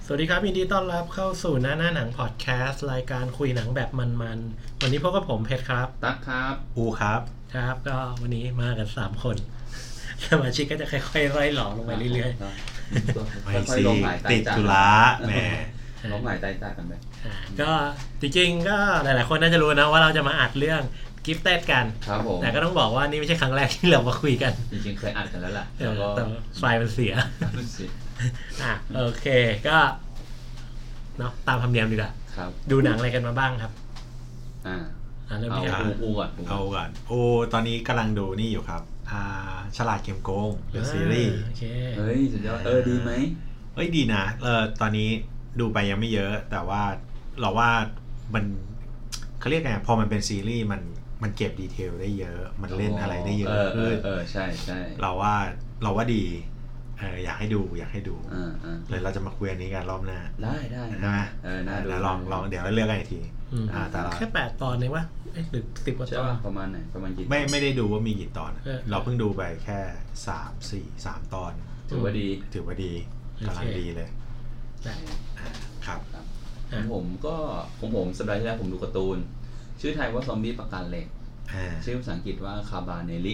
วัสดีครับยินดีต้อนรับเข้าสู่หน้าหนังพอดแคสต์รายการคุยหนังแบบมันๆวันนี้พบกับผมเพชรครับตั๊กครับอูครับครับก็วันนี้มากัน3คนสมาชิกก็จะค่อยๆไล่หลอลงไปเรื่อยๆไม่สิติดธุระแหมล้มหายใจจากกันไปก็จริงๆก็หลายๆคนน่าจะรู้นะว่าเราจะมาอัดเรื่องกิฟต์เต็ดกันครับผมแต่ก็ต้องบอกว่านี่ไม่ใช่ครั้งแรกที่เรามาคุยกันจริงๆเคยอัดกันแล้วล่ะแต่ไฟล์มันเสียโอเคก็เนาะตามธรรมเนียมดีกว่าดูหนังอะไรกันมาบ้างครับเริ่มที่อูก่อนตอนนี้กำลังดูนี่อยู่ครับฉลาดเกมโกงหรือซีรีส์เฮ้ยสุดยอดดีไหมดีนะตอนนี้ดูไปยังไม่เยอะแต่ว่าเราว่ามันเขาเรียกไงพอมันเป็นซีรีส์มันเก็บดีเทลได้เยอะมันเล่นอะไรได้เยอะขึ้นใช่ใช่เราว่าดีอยากให้ดูเลยเราจะมาคุยอันนี้กันรอบหน้าได้นะน่าดูลองเดี๋ยวเราเลือกกันอีกทีแต่แค่8 ตอนเองวะหรือ10 กว่าตอนประมาณไหนประมาณกี่ไม่ได้ดูว่ามีกี่ตอนเราเพิ่งดูไปแค่3 ตอนถือว่าดีกำลังดีเลยครับผมสัปดาห์ที่แล้วผมดูการ์ตูนชื่อไทยว่าซอมบี้ประกันเหล็กชื่อภาษาอังกฤษว่าคาบาเนลิ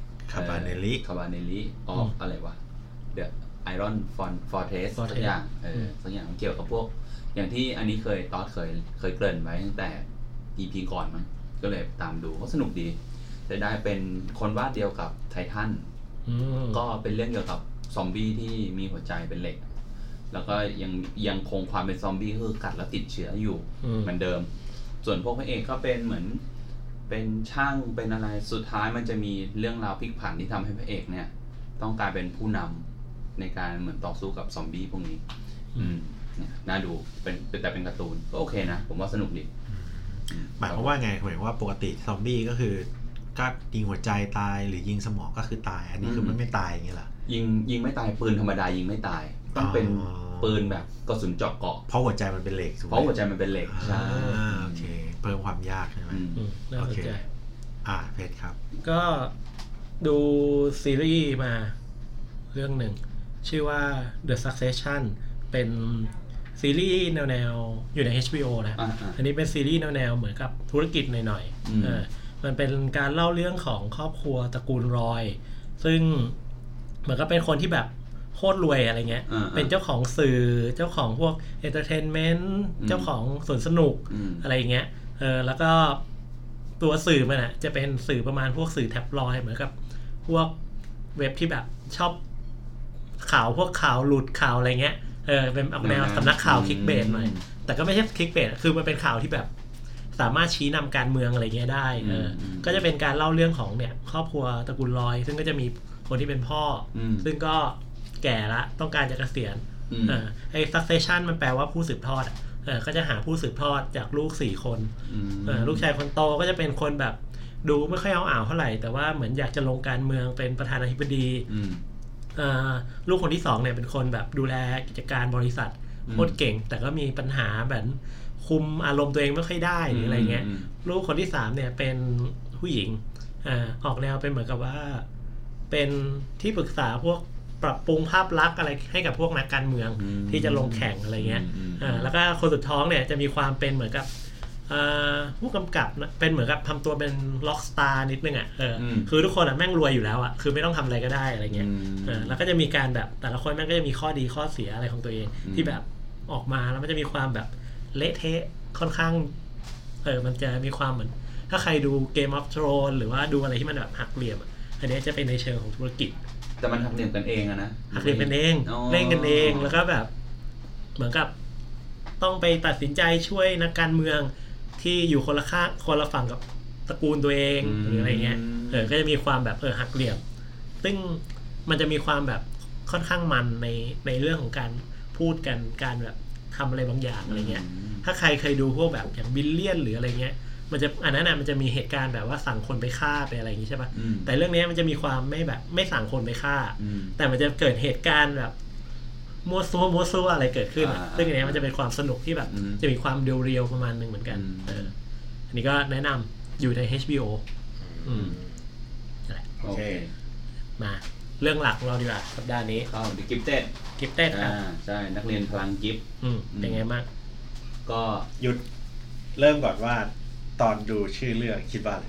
ออฟอะไรวะThe Iron Fortress สักอย่างมันเกี่ยวกับพวกอย่างที่อันนี้เคยเกริ่นไว้ตั้งแต่ EP ก่อนมั้งก็เลยตามดูก็สนุกดีจะได้เป็นคนวาดเดียวกับไททันก็เป็นเรื่องเกี่ยวกับซอมบี้ที่มีหัวใจเป็นเหล็กแล้วก็ยังคงความเป็นซอมบี้คือกัดแล้วติดเชื้ออยู่เหมือนเดิมส่วนพวกพระเอกก็เป็นเหมือนเป็นช่างเป็นอะไรสุดท้ายมันจะมีเรื่องราวพลิกผันที่ทำให้พระเอกเนี่ยต้องกลายเป็นผู้นำในการเหมือนต่อสู้กับซอมบี้พวกนี้น่าดูแต่เป็นการ์ตูนก็โอเคนะผมว่าสนุกดีหมายความว่าไงหมายว่าปกติซอมบี้ก็คือก็ยิงหัวใจตายหรือยิงสมองก็คือตายอันนี้คือมันไม่ตายอย่างเงี้ยเหรอยิงไม่ตายปืนธรรมดายิงไม่ตายต้องเป็นปืนแบบกระสุนเจาะเกาะเพราะหัวใจมันเป็นเหล็กเพราะหัวใจมันเป็นเหล็กใช่โอเคเพิ่มความยากใช่ไหมโอเคเพชรครับก็ดูซีรีส์มาเรื่องหนึ่งชื่อว่า The Succession เป็นซีรีส์แนวอยู่ใน HBO นะอันนี้เป็นซีรีส์แนวเหมือนกับธุรกิจหน่อยๆมันเป็นการเล่าเรื่องของครอบครัวตระกูลรอยซึ่งเหมือนกับเป็นคนที่แบบโคตรรวยอะไรเงี้ยเป็นเจ้าของสื่อเจ้าของพวกเอนเตอร์เทนเมนต์เจ้าของสวนสนุกอะไรเงี้ยแล้วก็ตัวสื่อมันอ่ะจะเป็นสื่อประมาณพวกสื่อแท็บลอยด์เหมือนกับพวกเว็บที่แบบชอบพวกข่าวหลุดข่าวอะไรเงี้ยเป็นออกแนวสำนักข่าวคลิกเบสหน่อยแต่ก็ไม่ใช่คลิกเบสคือมันเป็นข่าวที่แบบสามารถชี้นำการเมืองอะไรเงี้ยได้ก็จะเป็นการเล่าเรื่องของเนี่ยครอบครัวตระกูลรอยซึ่งก็จะมีคนที่เป็นพ่อซึ่งก็แก่ละต้องการจะเกษียณไอ้ succession มันแปลว่าผู้สืบทอดก็จะหาผู้สืบทอดจากลูก4 คนลูกชายคนโตก็จะเป็นคนแบบดูไม่ค่อยเอาเท่าไหร่แต่ว่าเหมือนอยากจะลงการเมืองเป็นประธานาธิบดีลูกคนที่2เนี่ยเป็นคนแบบดูแลกิจการบริษัทโคตรเก่งแต่ก็มีปัญหาแบบคุมอารมณ์ตัวเองไม่ค่อยได้หรืออะไรเงี้ยลูกคนที่3เนี่ยเป็นผู้หญิงออกแนวเป็นเหมือนกับว่าเป็นที่ปรึกษาพวกปรับปรุงภาพลักษณ์อะไรให้กับพวกนักการเมืองที่จะลงแข่งอะไรเงี้ยแล้วก็คนสุดท้องเนี่ยจะมีความเป็นเหมือนกับผู้กำกับเป็นเหมือนกับทำตัวเป็นล็อกสตาร์นิดนึงคือทุกคนแม่งรวยอยู่แล้วคือไม่ต้องทำอะไรก็ได้อะไรเงี้ยแล้วก็จะมีการแบบแต่ละคนแม่งก็จะมีข้อดีข้อเสียอะไรของตัวเองที่แบบออกมาแล้วมันจะมีความแบบเละเทะค่อนข้างมันจะมีความเหมือนถ้าใครดู Game of Thrones หรือว่าดูอะไรที่มันแบบหักเหลี่ยมอันนี้จะเป็นในเชิงของธุรกิจแต่มันหักเหลี่ยมกันเองนะหักเหลี่ยมกันเองเล่นกันเองแล้วก็แบบเหมือนกับต้องไปตัดสินใจช่วยนักการเมืองที่อยู่คนละฝั่งกับตระกูลตัวเองหรืออะไรเงี้ยก็จะมีความแบบหักเหลี่ยมซึ่งมันจะมีความแบบค่อนข้างมันในเรื่องของการพูดกันการแบบทำอะไรบางอย่างอะไรเงี้ยถ้าใครเคยดูพวกแบบอย่างบิลเลียนหรืออะไรเงี้ยมันจะอันนั้นมันจะมีเหตุการณ์แบบว่าสั่งคนไปฆ่าไปอะไรอย่างงี้ใช่ป่ะแต่เรื่องนี้มันจะมีความไม่สั่งคนไปฆ่าแต่มันจะเกิดเหตุการณ์แบบมัวซัวอะไรเกิดขึ้นซึ่งอันนี้มันจะเป็นความสนุกที่แบบจะมีความเรียวๆประมาณนึงเหมือนกันอันนี้ก็แนะนำอยู่ใน HBO โอเคมาเรื่องหลักของเราดีกว่าสัปดาห์นี้เข้า The Gifted ครับใช่นักเรียนพลังกิฟต์เป็นไงบ้างก็หยุดเริ่มก่อนว่าตอนดูชื่อเรื่องคิดว่าอะไร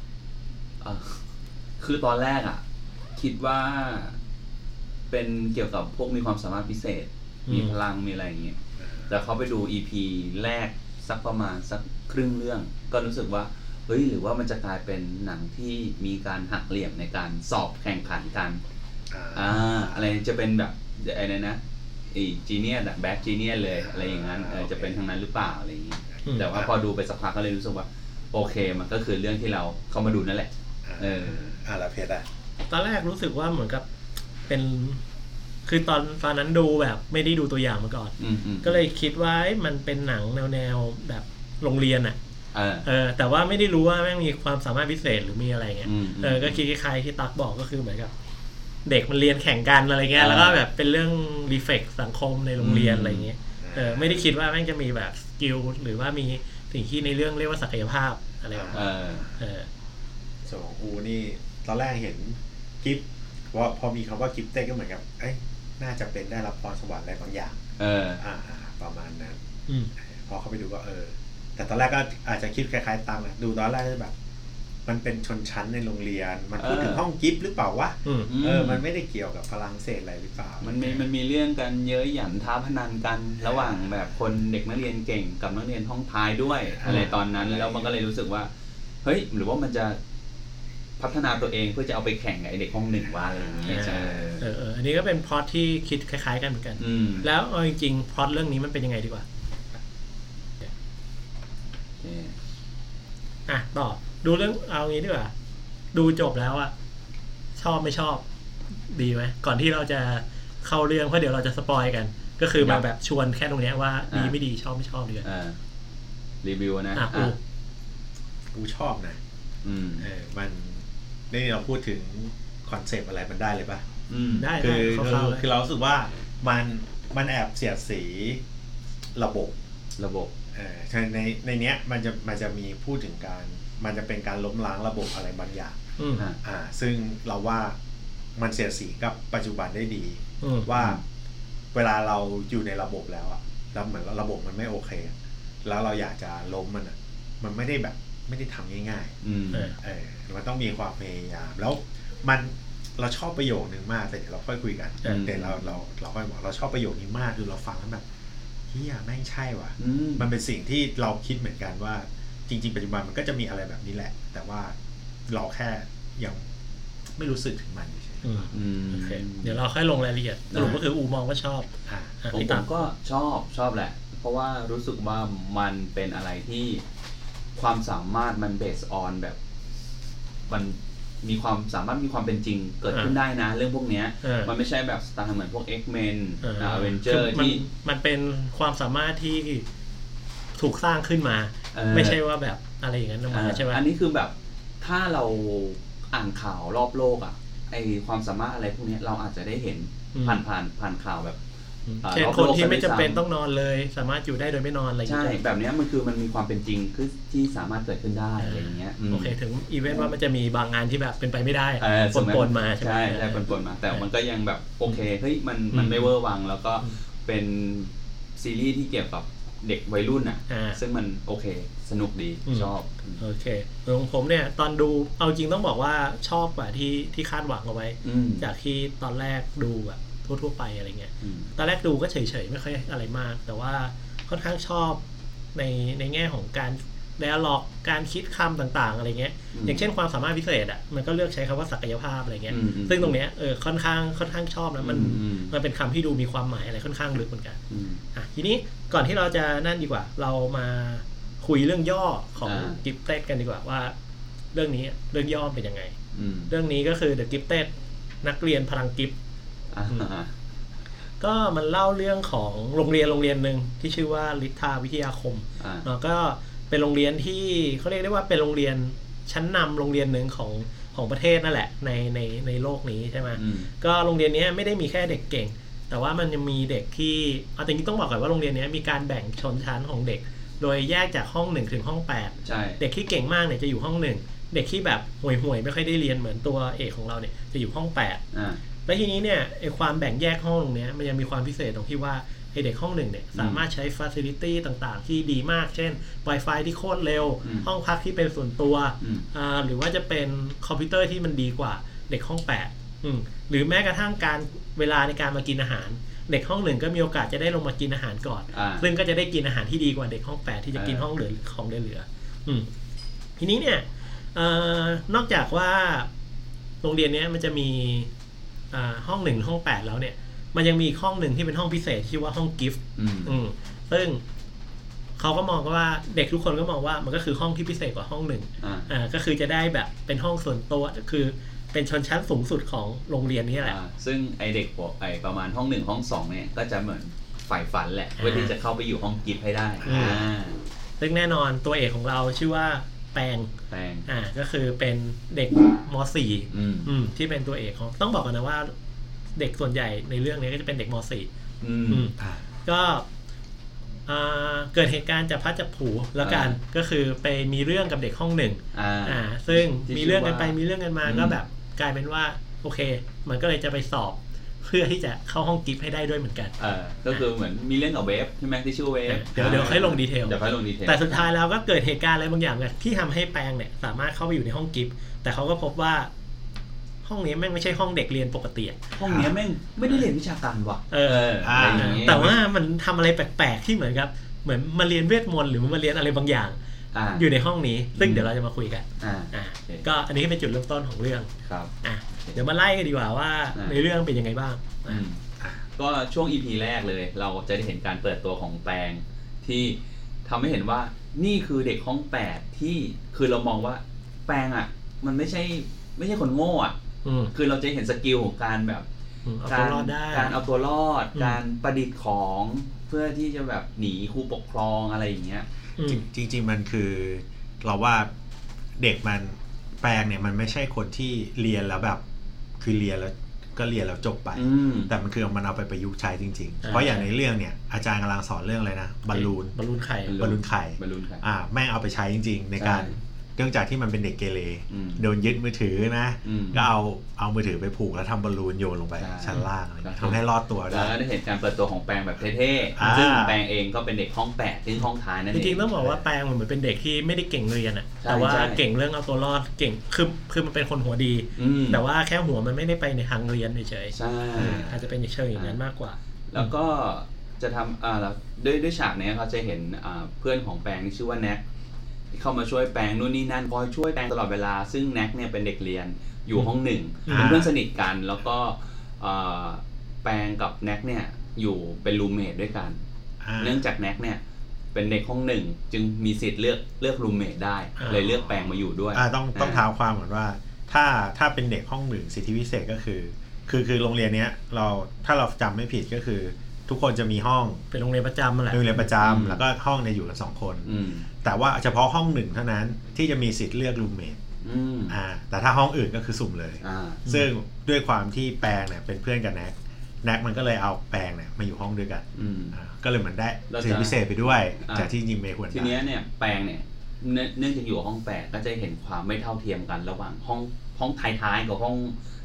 คือตอนแรกคิดว่าเป็นเกี่ยวกับพวกมีความสามารถพิเศษมีพลังมีอะไรอย่างเงี้ยแต่เขาไปดู EP แรกสักประมาณสักครึ่งเรื่องก็รู้สึกว่าเฮ้ยหรือว่ามันจะกลายเป็นหนังที่มีการหักเหลี่ยมในการสอบแข่งขันกันอะไรจะเป็นแบบอะไรนะจีเนียสแบ็คจีเนียสเลยอะไรอย่างนั้นจะเป็นทางนั้นหรือเปล่าอะไรอย่างงี้แต่ว่าพอดูไปสักพักก็เลยรู้สึกว่าโอเคมันก็คือเรื่องที่เราเข้ามาดูนั่นแหละแล้วเพชรตอนแรกรู้สึกว่าเหมือนกับเป็นคือตอนนั้นดูแบบไม่ได้ดูตัวอย่างมาก่อนก็เลยคิดว่ามันเป็นหนังแนวแบบโรงเรียนแต่ว่าไม่ได้รู้ว่าแม่งมีความสามารถพิเศษหรือมีอะไรเงี้ยก็คิดคล้ายๆที่ตั๊กบอกก็คือเหมือนกับเด็กมันเรียนแข่งกันอะไรเงี้ยแล้วก็แบบเป็นเรื่องรีเฟล็กสังคมในโรงเรียนอะไรเงี้ยไม่ได้คิดว่าแม่งจะมีแบบสกิลหรือว่ามีสิ่งที่ในเรื่องเรียกว่าศักยภาพอะไรแบบส่วนของอูนี่ตอนแรกเห็นกิฟต์ว่าพอมีคำว่ากิฟต์เต้ก็เหมือนกับน่าจะเป็นได้รับพรสวรรค์อะไรบางอย่างประมาณนั้นพอเข้าไปดูก็แต่ตอนแรกก็อาจจะคิดคล้ายๆตังนะดูตอนแรกแบบมันเป็นชนชั้นในโรงเรียนมันพูดถึงห้องกิฟต์หรือเปล่าวะมันไม่ได้เกี่ยวกับพลังเศษอะไรหรือเปล่ามันมีเรื่องกันเยอะหยันท้าพนันกันระหว่างแบบคนเด็กนักเรียนเก่งกับนักเรียนห้องท้ายด้วยอะไรตอนนั้นแล้วมันก็เลยรู้สึกว่าเฮ้ยหรือว่ามันจะพัฒนาตัวเองเพื่อจะเอาไปแข่งกับไอเด็กห้องหนึ่งว่าอะไรอย่างเงี้ยอันนี้ก็เป็นพล็อตที่คิดคล้ายๆกันเหมือนกันแล้วเอาจริงๆพล็อตเรื่องนี้มันเป็นยังไงดีกว่าต่อดูเรื่องเอางี้ดีกว่าดูจบแล้วชอบไม่ชอบดีไหมก่อนที่เราจะเข้าเรื่องเพราะเดี๋ยวเราจะสปอยกันก็คือมาแบบชวนแค่ตรงนี้ว่าดีไม่ดีชอบไม่ชอบดีกันรีวิวนะกูชอบนะมันนี่เราพูดถึงคอนเซปต์อะไรมันได้เลยป่ะได้คือเรารู้สึกว่ามันแอบเสียดสีระบบในเนี้ยมันจะมีพูดถึงการมันจะเป็นการล้มล้างระบบอะไรบางอย่างซึ่งเราว่ามันเสียดสีกับปัจจุบันได้ดีว่าเวลาเราอยู่ในระบบแล้วแล้วเหมือนระบบมันไม่โอเคแล้วเราอยากจะล้มมันไม่ได้แบบไม่ได้ทำง่ายๆมันต้องมีความพยายามแล้วเราชอบประโยคนึงมากแต่เดี๋ยวเราค่อยคุยกันแต่เราค่อยบอกเราชอบประโยคนี้มากคือเราฟังแล้วแบบเฮียแม่งใช่ว่ะมันเป็นสิ่งที่เราคิดเหมือนกันว่าจริงๆปัจจุบันมันก็จะมีอะไรแบบนี้แหละแต่ว่าเราแค่ยังไม่รู้สึกถึงมันเฉยโอเคเดี๋ยวเราค่อยลงรายละเอียดสรุปก็คืออูมองว่าชอบผมก็ชอบแหละเพราะว่ารู้สึกว่ามันเป็นอะไรที่ความสามารถมันเบสออนแบบมันมีความสามารถมีความเป็นจริงเกิดขึ้นได้นะเรื่องพวกนี้มันไม่ใช่แบบสไตล์เหมือนพวก X-Men Avenger ที่มันเป็นความสามารถที่ถูกสร้างขึ้นมาไม่ใช่ว่าแบบอะไรอย่างนั้นมาใช่ไหมอันนี้คือแบบถ้าเราอ่านข่าวรอบโลกไอความสามารถอะไรพวกนี้เราอาจจะได้เห็นผ่านข่าวแบบเช่นคนที่ไม่จำเป็นต้องนอนเลยสามารถอยู่ได้โดยไม่นอนอะไรอย่างเงี้ยใช่แบบนี้มันมีความเป็นจริงคือที่สามารถเกิดขึ้นได้อะไรอย่างเงี้ยโอเคถึงอีเวนต์ว่ามันจะมีบางงานที่แบบเป็นไปไม่ได้ปนมาใช่ไหมใช่ปนมาแต่มันก็ยังแบบโอเคเฮ้ยมันไม่เวอร์วังแล้วก็เป็นซีรีส์ที่เกี่ยวกับเด็กวัยรุ่นซึ่งมันโอเคสนุกดีชอบโอเคของผมเนี่ยตอนดูเอาจริงต้องบอกว่าชอบกว่าที่คาดหวังเอาไว้จากที่ตอนแรกดูแบบทั่วไปอะไรเงี้ยตอนแรกดูก็เฉยๆไม่ค่อยอะไรมากแต่ว่าค่อนข้างชอบในแง่ของการไดอะล็อกการคิดคำต่างๆอะไรเงี้ยอย่างเช่นความสามารถพิเศษมันก็เลือกใช้คำว่าศักยภาพอะไรเงี้ยซึ่งตรงเนี้ยค่อนข้างชอบนะมันเป็นคำที่ดูมีความหมายอะไรค่อนข้างลึกเหมือนกันทีนี้ก่อนที่เราจะนั่นดีกว่าเรามาคุยเรื่องย่อของกิฟเต็ดกันดีกว่าว่าเรื่องนี้เรื่องย่อเป็นยังไงเรื่องนี้ก็คือ The Gifted นักเรียนพลังกิฟต์ก็มันเล่าเรื่องของโรงเรียนนึงที่ชื่อว่าฤทธาวิทยาคมก็เป็นโรงเรียนที่เขาเรียกได้ว่าเป็นโรงเรียนชั้นนำโรงเรียนนึงของประเทศนั่นแหละในโลกนี้ใช่ไหมก็โรงเรียนนี้ไม่ได้มีแค่เด็กเก่งแต่ว่ามันยังมีเด็กที่เอาแต่จริงต้องบอกก่อนว่าโรงเรียนนี้มีการแบ่งชนชั้นของเด็กโดยแยกจากห้อง1ถึงห้อง8 ใช่เด็กที่เก่งมากเนี่ยจะอยู่ห้อง1เด็กที่แบบห่วยๆไม่ค่อยได้เรียนเหมือนตัวเอกของเราเนี่ยจะอยู่ห้อง8 แล้วทีนี้เนี่ยไอ้ความแบ่งแยกห้องตรงนี้มันยังมีความพิเศษตรงที่ว่าไอ้เด็กห้องหนึ่งเนี่ยสามารถใช้ฟาซิลิตี้ต่างๆที่ดีมากเช่น Wi-Fi ที่โคตรเร็วห้องพักที่เป็นส่วนตัวหรือว่าจะเป็นคอมพิวเตอร์ที่มันดีกว่าเด็กห้อง8หรือแม้กระทั่งการเวลาในการมากินอาหารเด็กห้องหนึ่งก็มีโอกาสจะได้ลงมากินอาหารก่อนซึ่งก็จะได้กินอาหารที่ดีกว่าเด็กห้อง8ที่จะกินห้องเหลือของเหลือทีนี้เนี่ยนอกจากว่าโรงเรียนนี้มันจะมีห้อง1ห้อง8แล้วเนี่ยมันยังมีห้องหนึ่งที่เป็นห้องพิเศษชื่อว่าห้องกิฟต์ซึ่งเขาก็มองว่าเด็กทุกคนก็มองว่ามันก็คือห้องที่พิเศษกว่าห้อง1ก็คือจะได้แบบเป็นห้องส่วนตัวคือเป็นชนชั้นสูงสุดของโรงเรียนนี้แหละซึ่งไอเด็กประมาณห้อง1ห้อง2เนี่ยก็จะเหมือนใฝ่ฝันแหละเพื่อที่จะเข้าไปอยู่ห้องกิฟต์ให้ได้ซึ่งแน่นอนตัวเอกของเราชื่อว่าแปงก็คือเป็นเด็กม.4 ที่เป็นตัวเอกของต้องบอกกันนะว่าเด็กส่วนใหญ่ในเรื่องนี้ก็จะเป็นเด็กม.4 ก็เกิดเหตุการณ์จับพลัดจับผลูแล้วกันก็คือไปมีเรื่องกับเด็กห้อง1ซึ่งมีเรื่องกันไปมีเรื่องกันมาก็แบบกลายเป็นว่าโอเคมันก็เลยจะไปสอบเพื่อที่จะเข้าห้องกิฟต์ให้ได้ด้วยเหมือนกันก็คือเหมือนมีเรื่องกับเวฟใช่ไหมที่ชื่อเวฟเดี๋ยวค่อยลงดีเทลแต่สุดท้ายแล้วก็เกิดเหตุการณ์อะไรบางอย่างเนี่ยที่ทำให้แปงเนี่ยสามารถเข้าไปอยู่ในห้องกิฟต์แต่เขาก็พบว่าห้องนี้แม่งไม่ใช่ห้องเด็กเรียนปกติห้องนี้แม่งไม่ได้เรียนวิชาการว่ะแต่ว่ามันทำอะไรแปลกๆที่เหมือนกับเหมือนมาเรียนเวทมนต์หรือมาเรียนอะไรบางอย่างอยู่ในห้องนี้ซึ่งเดี๋ยวเราจะมาคุยกันก็อันนี้เป็นจุดเริ่มต้นของเรื่องครับเดี๋ยวมาไล่กันดีกว่าว่าในเรื่องเป็นยังไงบ้างก็ช่วง EP แรกเลยเราจะได้เห็นการเปิดตัวของแปงที่ทำให้เห็นว่านี่คือเด็กห้อง8ที่คือเรามองว่าแปงอ่ะมันไม่ใช่คนโง่อ่ะคือเราจะเห็นสกิลของการแบบการเอาตัวรอดการประดิษฐ์ของเพื่อที่จะแบบหนีครูปกครองอะไรอย่างเงี้ยจริงๆมันคือเราว่าเด็กมันแปลงเนี่ยมันไม่ใช่คนที่เรียนแล้วแบบคือเรียนแล้วก็เรียนแล้วจบไปแต่มันคือมันเอาไปประยุกต์ใช้จริงๆเพราะอย่างในเรื่องเนี่ยอาจารย์กำลังสอนเรื่องอะไรนะบอลลูนไข่แม่งเอาไปใช้จริงๆในการเนื่องจากที่มันเป็นเด็กเกเรโดนยึดมือถือนะก็เอามือถือไปผูกแล้วทำบอลลูนโยนลงไปชั้นล่างทำให้รอดตัวได้แล้วได้เห็นการเปิดตัวของแปงแบบเท่ๆซึ่งแปงเองก็เป็นเด็กห้อง8ที่ห้องท้ายนั่นเองจริงๆต้องบอกว่าแปงเหมือนเป็นเด็กที่ไม่ได้เก่งเรียนแต่ว่าเก่งเรื่องเอาตัวรอดเก่งคือมันเป็นคนหัวดีแต่ว่าแค่หัวมันไม่ได้ไปในทางเรียนเฉยๆอาจจะเป็นเชิงอย่างนั้นมากกว่าแล้วก็จะทำด้วยฉากนี้เขาจะเห็นเพื่อนของแปงที่ชื่อว่าแน็กเข้ามาช่วยแปงนู่นนี่นั่นคอยช่วยแปงตลอดเวลาซึ่งแน็กเนี่ยเป็นเด็กเรียนอยู่ห้อง1เป็นเพื่อนสนิทกันแล้วก็แปงกับแน็กเนี่ยอยู่เป็นรูมเมทด้วยกันเนื่องจากแน็กเนี่ยเป็นเด็กห้อง1จึงมีสิทธิ์เลือกรูมเมทได้เลยเลือกแปงมาอยู่ด้วยต้องท้าวความก่อนว่าถ้าเป็นเด็กห้อง1สิทธิพิเศษก็คือโรงเรียนเนี้ยถ้าเราจำไม่ผิดก็คือทุกคนจะมีห้องเป็นโรงเรียนประจำแหละโรงเรียนประจำแล้วก็ห้องเนี่ยอยู่กัน2คนแต่ว่าเฉพาะห้อง1เท่านั้นที่จะมีสิทธิ์เลือกรูมเมทแต่ถ้าห้องอื่นก็คือสุ่มเลยซึ่งด้วยความที่แปงเนี่ยเป็นเพื่อนกับแน็กมันก็เลยเอาแปงเนี่ยมาอยู่ห้องด้วยกันก็เลยเหมือนได้สิทธิพิเศษไปด้วยจากที่จริงไม่ควรทีนี้เนี่ยแปงเนี่ยเนื่องจากอยู่ห้อง8ก็จะเห็นความไม่เท่าเทียมกันระหว่างห้องท้ายๆกับห้อง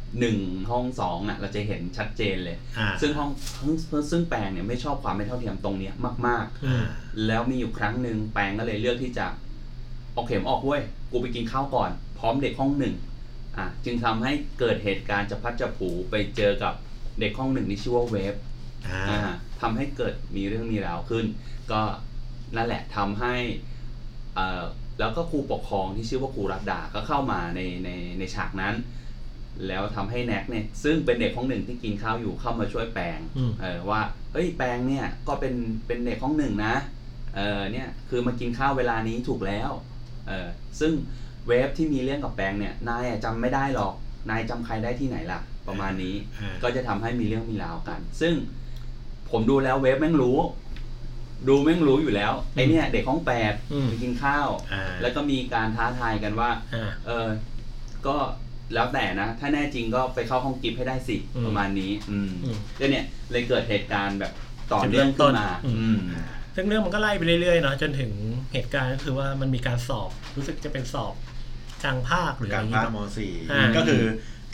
1ห้อง2เราจะเห็นชัดเจนเลยซึ่งแปงเนี่ยไม่ชอบความไม่เท่าเทียมตรงนี้มากๆแล้วมีอยู่ครั้งนึงแปงก็เลยเลือกที่จะเอาเข็มออกเว้ยกูไปกินข้าวก่อนพร้อมเด็กห้อง1จึงทำให้เกิดเหตุการณ์จะพัดจะผูไปเจอกับเด็กห้อง1ที่ชื่อว่าเวฟทำให้เกิดมีเรื่องมีราวขึ้นก็นั่นแหละทำให้แล้วก็ครูปกครองที่ชื่อว่าครูรัตดาก็เข้ามาในฉากนั้นแล้วทำให้แน็กเนี่ยซึ่งเป็นเด็กห้อง1ที่กินข้าวอยู่เข้ามาช่วยแปงว่าเฮ้ยแปงเนี่ยก็เป็นเด็กห้อง1นะเนี่ยคือมากินข้าวเวลานี้ถูกแล้วซึ่งเวฟที่มีเรื่องกับแปงเนี่ยนายจำไม่ได้หรอกนายจำใครได้ที่ไหนล่ะประมาณนี้ก็จะทำให้มีเรื่องมีราวกันซึ่งผมดูแล้วเวฟแม่งรู้อยู่แล้วไอเนี่ยเด็กห้อง8ไปกินข้าวแล้วก็มีการท้าทายกันว่าก็แล้วแต่นะถ้าแน่จริงก็ไปเข้าห้องกิฟต์ให้ได้สิประมาณนี้แล้วเนี่ยเลยเกิดเหตุการณ์แบบต่อเนื่องขึ้นมาซึ่งเรื่องมันก็ไล่ไปเรื่อยๆเนาะจนถึงเหตุการณ์ก็คือว่ามันมีการสอบรู้สึกจะเป็นสอบกลางภาคหรือกลางภาคม.4 ก็คือ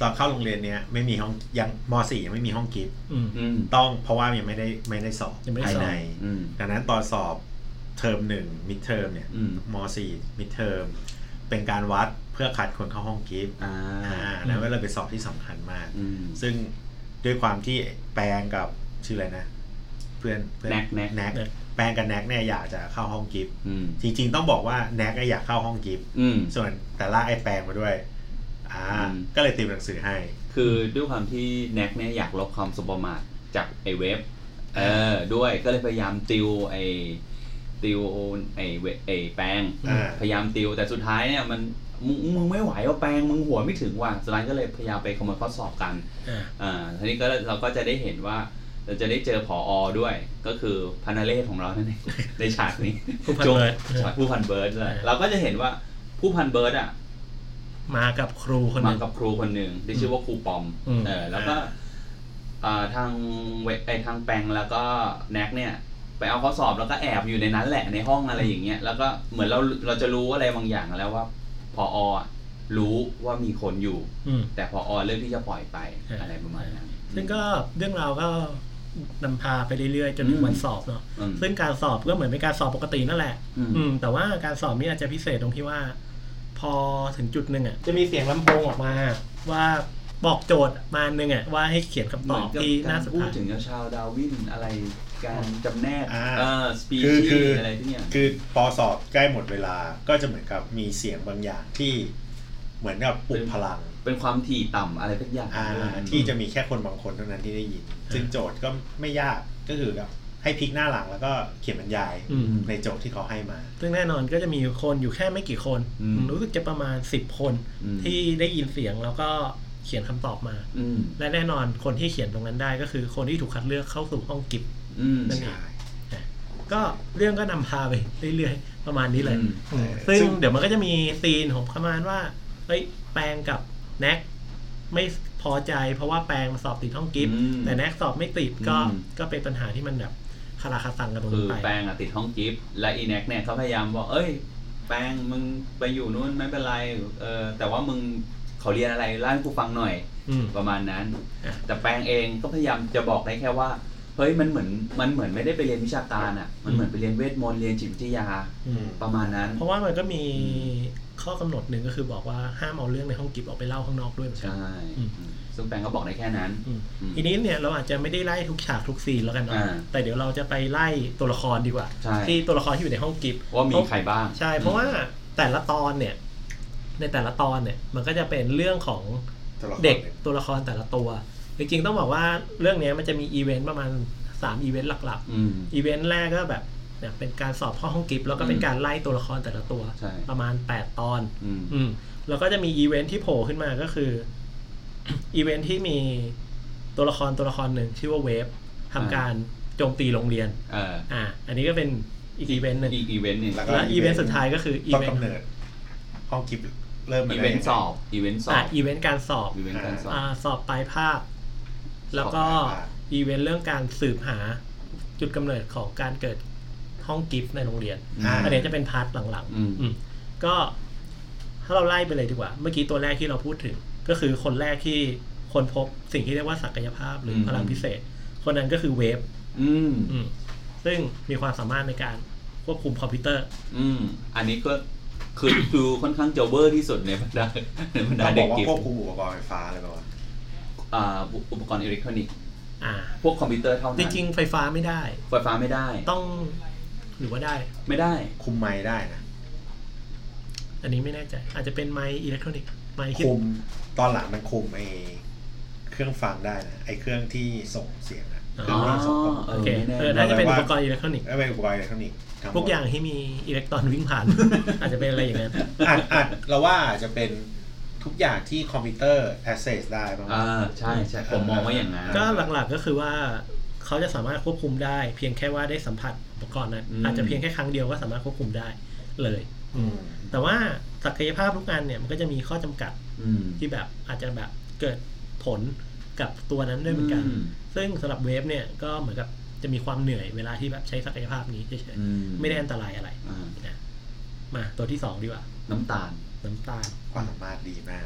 ตอนเข้าโรงเรียนเนี้ยไม่มีห้องยังม.4 ยังไม่มีห้องกิฟต์ต้องเพราะว่ายังไม่ได้สอบภายในดังนั้นตอนสอบเทอม1มิดเทอมเนี่ยม.4 มิดเทอมเป็นการวัดเพื่อคัดคนเข้าห้องกิฟต์แล้วก็เลยเป็นสอบที่สำคัญมากซึ่งด้วยความที่แปลงกับชื่ออะไรนะเพื่อนแน็กแปลงกับแน็กเนี่ยอยากจะเข้าห้องกิฟต์จริงๆต้องบอกว่าแน็กอยากเข้าห้องกิฟต์ส่วนแต่ลากไอ้แปลงมาด้วยก็เลยติวหนังสือให้คือด้วยความที่แน็กเนี่ยอยากลบความสมประมาทจากไอ้เว็บด้วยก็เลยพยายามติวไอ้แปลงพยายามติวแต่สุดท้ายเนี่ยมันมึงไม่ไหวว่าแปลงมึงหัวไม่ถึงว่ะสุดท้ายก็เลยพยายามไปขโมยข้อสอบกันทีนี้ก็เราก็จะได้เห็นว่าเราจะได้เจอผอ.ด้วยก็คือพานาเล่ของเรานั่นเองในฉากนี้ผู้พันเบิร์ดเราก็จะเห็นว่าผู้พันเบิร์ดมากับครูคนหนึ่งที่ชื่อว่าครูปอมแล้วก็ทางแปงแล้วก็แน็กเนี่ยไปเอาข้อสอบแล้วก็แอบอยู่ในนั้นแหละในห้องอะไรอย่างเงี้ยแล้วก็เหมือนเราจะรู้อะไรบางอย่างแล้วว่าผอ.รู้ว่ามีคนอยู่แต่ผอ.เลือกที่จะปล่อยไปอะไรประมาณนั้นซึ่งก็เรื่องราวก็นำพาไปเรื่อยๆจนถึงวันสอบเนาะซึ่งการสอบก็เหมือนเป็นการสอบปกตินั่นแหละแต่ว่าการสอบนี้อาจจะพิเศษตรงที่ว่าพอถึงจุดหนึ่งจะมีเสียงลำโพงออกมาว่าบอกโจทย์มาหนึ่งว่าให้เขียนคำตอบที่น่าสนใจพูดถึงชาวดาวินอะไรการจำแนกสปีชีส์อะไรที่เนี่ยคือพอสอบใกล้หมดเวลาก็จะเหมือนกับมีเสียงบางอย่างที่เหมือนกับปลุกพลังเป็นความถี่ต่ำอะไรทุกอย่างที่จะมีแค่คนบางคนเท่านั้นที่ได้ยินซึ่งโจทย์ก็ไม่ยากก็คือกับให้พลิกหน้าหลังแล้วก็เขียนบรรยายในโจทย์ที่เขาให้มาซึ่งแน่นอนก็จะมีคนอยู่แค่ไม่กี่คนรู้สึกจะประมาณ10คนที่ได้ยินเสียงแล้วก็เขียนคำตอบมาและแน่นอนคนที่เขียนตรงนั้นได้ก็คือคนที่ถูกคัดเลือกเข้าสู่ห้องกิฟต์นั่นเองก็เรื่องก็นำพาไปเรื่อยๆประมาณนี้เลยซึ่งเดี๋ยวมันก็จะมีซีนของประมาณว่าเฮ้ยแปลงกับแน็กไม่พอใจเพราะว่าแปลงสอบติดห้องกิฟต์แต่แน็กสอบไม่ติดก็เป็นปัญหาที่มันแบบคาราคาซังกันตรงนี้ไปคือแปลงติดห้องกิฟต์และอีแน็กเนี่ยเขาพยายามบอกเอ้ยแปลงมึงไปอยู่นู้นไม่เป็นไรแต่ว่ามึงเขาเรียนอะไรเล่าให้กูฟังหน่อยประมาณนั้นแต่แปลงเองก็พยายามจะบอกได้แค่ว่าเฮ้ยมันเหมือนไม่ได้ไปเรียนวิชาการมันเหมือนไปเรียนเวทมนต์เรียนจิตวิทยาประมาณนั้นเพราะว่ามันก็มีข้อกำหนดหนึ่งก็คือบอกว่าห้ามเอาเรื่องในห้องกิฟต์ออกไปเล่าข้างนอกด้วยเหมือนกันใช่ซึ่งแปลงก็บอกได้แค่นั้นทีนี้เนี่ยเราอาจจะไม่ได้ไล่ทุกฉากทุกซีนแล้วกันเนาะแต่เดี๋ยวเราจะไปไล่ตัวละครดีกว่าที่ตัวละครที่อยู่ในห้องกิฟต์ว่ามีใครบ้างใช่เพราะว่าแต่ละตอนเนี่ยในแต่ละตอนเนี่ยมันก็จะเป็นเรื่องของเด็กตัวละครแต่ละตัวจริงๆต้องบอกว่าเรื่องนี้มันจะมีอีเวนต์ประมาณ3อีเวนต์หลักๆอีเวนต์แรกก็แบบเนี่ยเป็นการสอบเข้าห้องกิฟต์แล้วก็เป็นการไล่ตัวละครแต่ละตัวประมาณ8ตอนแล้วก็จะมีอีเวนต์ที่โผล่ขึ้นมาก็คืออีเวนต์ที่มีตัวละครหนึ่งชื่อว่าเวฟทำการโจมตีโรงเรียนอันนี้ก็เป็นอีกอีเวนต์นึงแล้วอีเวนต์สุดท้ายก็คืออีเวนต์กำเนิดห้องกิฟต์เริ่มอีเวนต์สอบอีเวนต์การสอบสอบปลายภาคแล้วก็อีเวนต์เรื่องการสืบหาจุดกำเนิดของการเกิดห้องกิฟต์ในโรงเรียนอันนี้จะเป็นพาร์ทหลังๆก็ถ้าเราไล่ไปเลยดีกว่าเมื่อกี้ตัวแรกที่เราพูดถึงก็คือคนแรกที่คนพบสิ่งที่เรียกว่าศักยภาพหรือพลังพิเศษคนนั้นก็คือเวฟซึ่งมีความสามารถในการควบคุมคอมพิวเตอร์อันนี้ก็คือดูค่อนข้างจะเวอร์ที่สุดในบรรดาเด็กกิฟต์ควบคุมอุปกรณ์ไฟฟ้าอะไรประมาณอุปกรณ์อิเล็กทรอนิกส์พวกคอมพิวเตอร์เท่านั้นจริงๆไฟฟ้าไม่ได้ต้องหรือว่าได้ไม่ได้คุมไมค์ได้นะอันนี้ไม่แน่ใจอาจจะเป็นไมค์อิเล็กทรอนิกส์ไมค์คุมตอนหลังมันคุมเครื่องฟังได้นะไอเครื่องที่ส่งเสียงเครื่องที่ส่งโอเคน่าจะเป็นอุปกรณ์อิเล็กทรอนิกส์เป็นอุปกรณ์อิเล็กทรอนิกส์ทุกอย่างที่มีอิเล็กตรอนวิ่งผ่านอาจจะเป็นอะไรอย่างนั้นเราว่าจะเป็นทุกอย่างที่คอมพิวเตอร์ access ได้ป่ะใช่ใช่ผมมองว่าอย่างนั้นก็หลักๆก็คือว่าเขาจะสามารถควบคุมได้เพียงแค่ว่าได้สัมผัสอุปกรณ์นั้นอาจจะเพียงแค่ครั้งเดียวก็สามารถควบคุมได้เลยแต่ว่าศักยภาพทุกอันเนี่ยมันก็จะมีข้อจำกัดที่แบบอาจจะแบบเกิดผลกับตัวนั้นด้วยเหมือนกันซึ่งสำหรับเวฟเนี่ยก็เหมือนกับจะมีความเหนื่อยเวลาที่แบบใช้ศักยภาพนี้เฉยๆไม่ได้อันตรายอะไรนะมาตัวที่2ดีกว่าน้ำตาลความสามารถดีมาก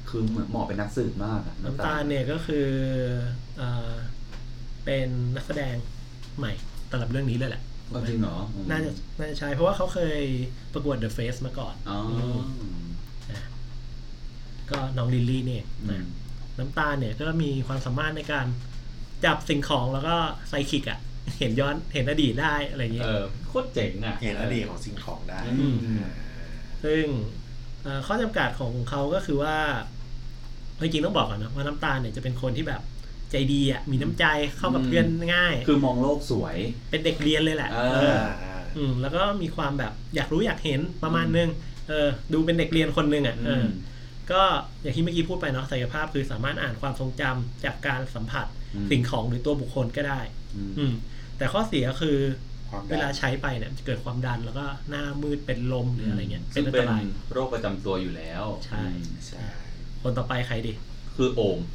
คือเหมาะเป็นนักสืบมากน้ำตาลเนี่ยก็คือเป็นนักแสดงใหม่สำหรับเรื่องนี้เลยแหละจริงเหรอน่าจะใช่เพราะว่าเขาเคยประกวด The Face มาก่อนก็น้องลิลลี่เนี่ยน้ำตาลเนี่ยก็มีความสามารถในการจับสิ่งของแล้วก็ไซคิกอ่ะเห็นย้อนเห็นอดีตได้อะไรอย่างเงี้ยโคตรเจ๋งอ่ะเห็นอดีตของสิ่งของได้ซึ่งข้อจำกัดของเขาก็คือว่าจริงๆต้องบอกก่อนนะว่าน้ำตาลเนี่ยจะเป็นคนที่แบบใจดีอ่ะมีน้ำใจเข้ากับเพื่อนง่ายคือมองโลกสวยเป็นเด็กเรียนเลยแหละแล้วก็มีความแบบอยากรู้อยากเห็นประมาณนึงดูเป็นเด็กเรียนคนนึงอ่ะก็อย่างที่เมื่อกี้พูดไปเนาะศักยภาพคือสามารถอ่านความทรงจำจากการสัมผัสสิ่งของหรือตัวบุคคลก็ได้แต่ข้อเสียคือเวลาใช้ไปเนี่ยจะเกิดความดันแล้วก็หน้ามืดเป็นลมหรืออะไรเงี้ยเป็นอันตรายโรคประจำตัวอยู่แล้วใช่คนต่อไปใครดิคือโอม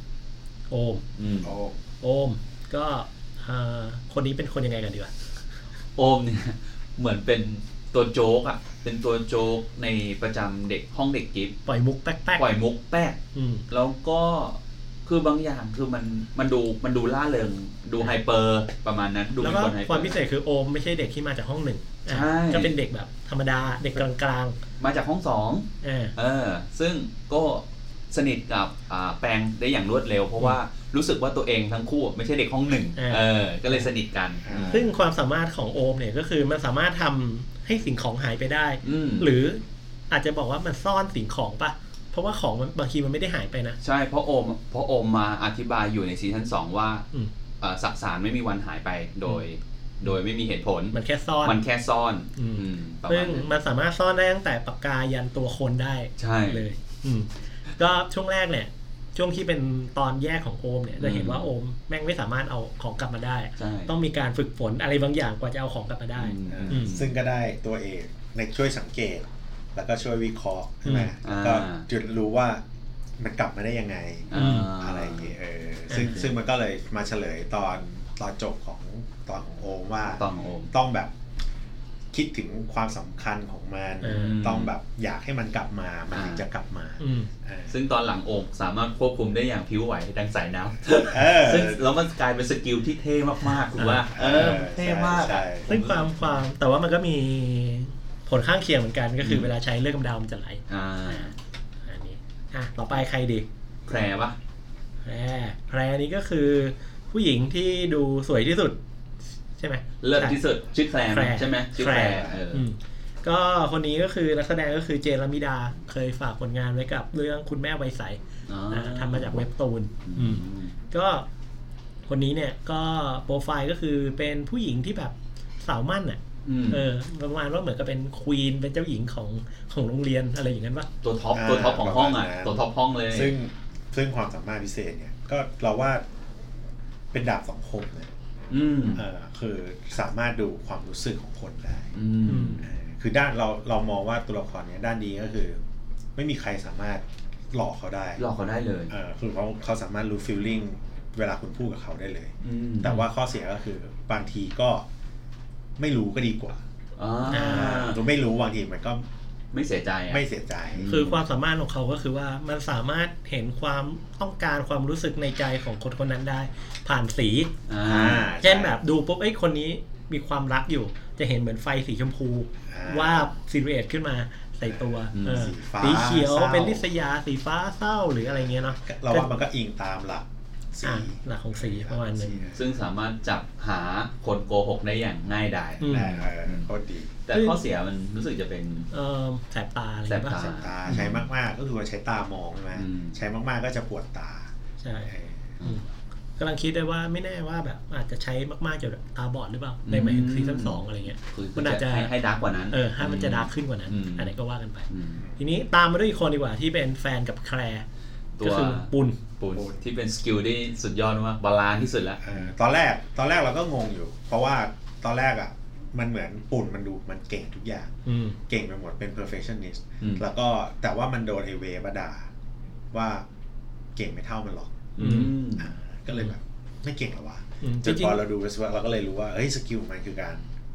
ก็คนนี้เป็นคนยังไงกันดีวะโอมเนี่ยเหมือนเป็นตัวโจ๊กอ่ะเป็นตัวโจ๊กในประจำเด็กห้องเด็กกิฟต์ปล่อยมุกแป๊กปล่อยมุกแป๊กแล้วก็คือบางอย่างคือมันดูล่าเริงดูไฮเปอร์ประมาณนั้นดูเป็นคนไฮเปอร์แล้วก็ความพิเศษคือโอมไม่ใช่เด็กที่มาจากห้องหนึ่งก็เป็นเด็กแบบธรรมดาเด็กกลางๆมาจากห้องสองซึ่งก็สนิทกับแปงได้อย่างรวดเร็วเพราะว่ารู้สึกว่าตัวเองทั้งคู่ไม่ใช่เด็กห้องหนึ่งก็เลยสนิทกันซึ่งความสามารถของโอมเนี่ยก็คือมันสามารถทำให้สิ่งของหายไปได้หรืออาจจะบอกว่ามันซ่อนสิ่งของปะเพราะว่าของบางทีมันไม่ได้หายไปนะใช่เพราะโอมมาอธิบายอยู่ในซีซั่น2ว่าสสารไม่มีวันหายไปโดยไม่มีเหตุผลมันแค่ซ่อนซึ่งมันสามารถซ่อนได้ตั้งแต่ปากกายันตัวคนได้เลยก็ช่วงแรกเนี่ยช่วงที่เป็นตอนแยกของโอมเนี่ยจะเห็นว่าโอมแม่งไม่สามารถเอาของกลับมาได้ต้องมีการฝึกฝนอะไรบางอย่างกว่าจะเอาของกลับมาได้ซึ่งก็ได้ตัวเอกในช่วยสังเกตแล้วก็ช่วยวิเคราะห์ใช่ไหมก็จุดรู้ว่ามันกลับมาได้ยังไงอะไรอย่างเงี้ยซึ่งมันก็เลยมาเฉลยตอนจบของตอนของโอมว่าต้องแบบคิดถึงความสำคัญของมันต้องแบบอยากให้มันกลับมามันถึงจะกลับมาซึ่งตอนหลังโอมสามารถควบคุมได้อย่างผิวไหวดังสายน้ำซึ่งแล้วมันกลายเป็นสกิลที่เท่มากๆถูกป่ะเท่มากซึ่งความแต่ว่ามันก็มีผลข้างเคียงเหมือนกันก็คือเวลาใช้เลือดกำเดามันจะไหลอันนี้ต่อไปใครดีแพรปะแพรนี้ก็คือผู้หญิงที่ดูสวยที่สุดใช่ไหมเลิศที่สุดชื่อแพรใช่ไหมชื่อแพรก็คนนี้ก็คือนักแสดงก็คือเจน ลมิดาเคยฝากผลงานไว้กับเรื่องคุณแม่ไวใสทำมาจากเว็บตูนก็คนนี้เนี่ยก็โปรไฟล์ก็คือเป็นผู้หญิงที่แบบสาวมั่นอ่ะประมาณว่าเหมือนกับเป็นควีนเป็นเจ้าหญิงของโรงเรียนอะไรอย่างนั้นป่ะตัวท็อปของห้องอ่ะตัวท็อปห้องเลยซึ่งความสามารถพิเศษเนี่ยก็เราว่าเป็นดาบสองคมนะคือสามารถดูความรู้สึกของคนได้คือด้านเรามองว่าตัวละครเนี้ยด้านดีก็คือไม่มีใครสามารถหลอกเขาได้เลยคือเขาสามารถรู้ feeling เวลาคุณพูดกับเขาได้เลยแต่ว่าข้อเสียก็คือบางทีก็ไม่รู้ก็ดีกว่าตัวไม่รู้บางทีมันก็ไม่เสียใจคือความสามารถของเขาก็คือว่ามันสามารถเห็นความต้องการความรู้สึกในใจของคนคนนั้นได้ผ่านสีเช่นแบบดูปุ๊บคนนี้มีความรักอยู่จะเห็นเหมือนไฟสีชมพูว่าซิลูเอตขึ้นมาใส่ตัวสีเขียวเป็นลิษยาสีฟ้าเศร้าหรืออะไรเงี้ยเนาะเราว่ามันก็อิงตามหลักของสีประมาณนึงซึ่งสามารถจับหาคนโกหกได้อย่างง่ายดายโคตรดีแต่ข้อเสียมันรู้สึกจะเป็นแสบตาอะไรแบบแสบตาใช้มากๆก็คือว่าใช้ตามองใช่ไหมใช้มากๆก็จะปวดตาใช่กำลังคิดได้ว่าไม่แน่ว่าแบบอาจจะใช้มากๆจะตาบอดหรือเปล่าในหมายถึงซีซั่น2อะไรเงี้ยมันอาจจะให้ดาร์กกว่านั้นให้มันจะดาร์กขึ้นกว่านั้นอันนี้ก็ว่ากันไปทีนี้ตามมาด้วยอีกคนดีกว่าที่เป็นแฟนกับแคร์ก็คือปุนที่เป็นสกิลที่สุดยอดมากบาลานซ์ที่สุดแล้วตอนแรกเราก็งงอยู่เพราะว่าตอนแรกอ่ะมันเหมือนปุ่นมันดูมันเก่งทุกอย่างเก่งไปหมดเป็น perfectionist แล้วก็แต่ว่ามันโดนเวบด่าว่าเก่งไม่เท่ามันหรอกก็เลยแบบไม่เก่งหรอวะจนพอเราดูเราก็เลยรู้ว่าเฮ้ยสกิลมันคือการ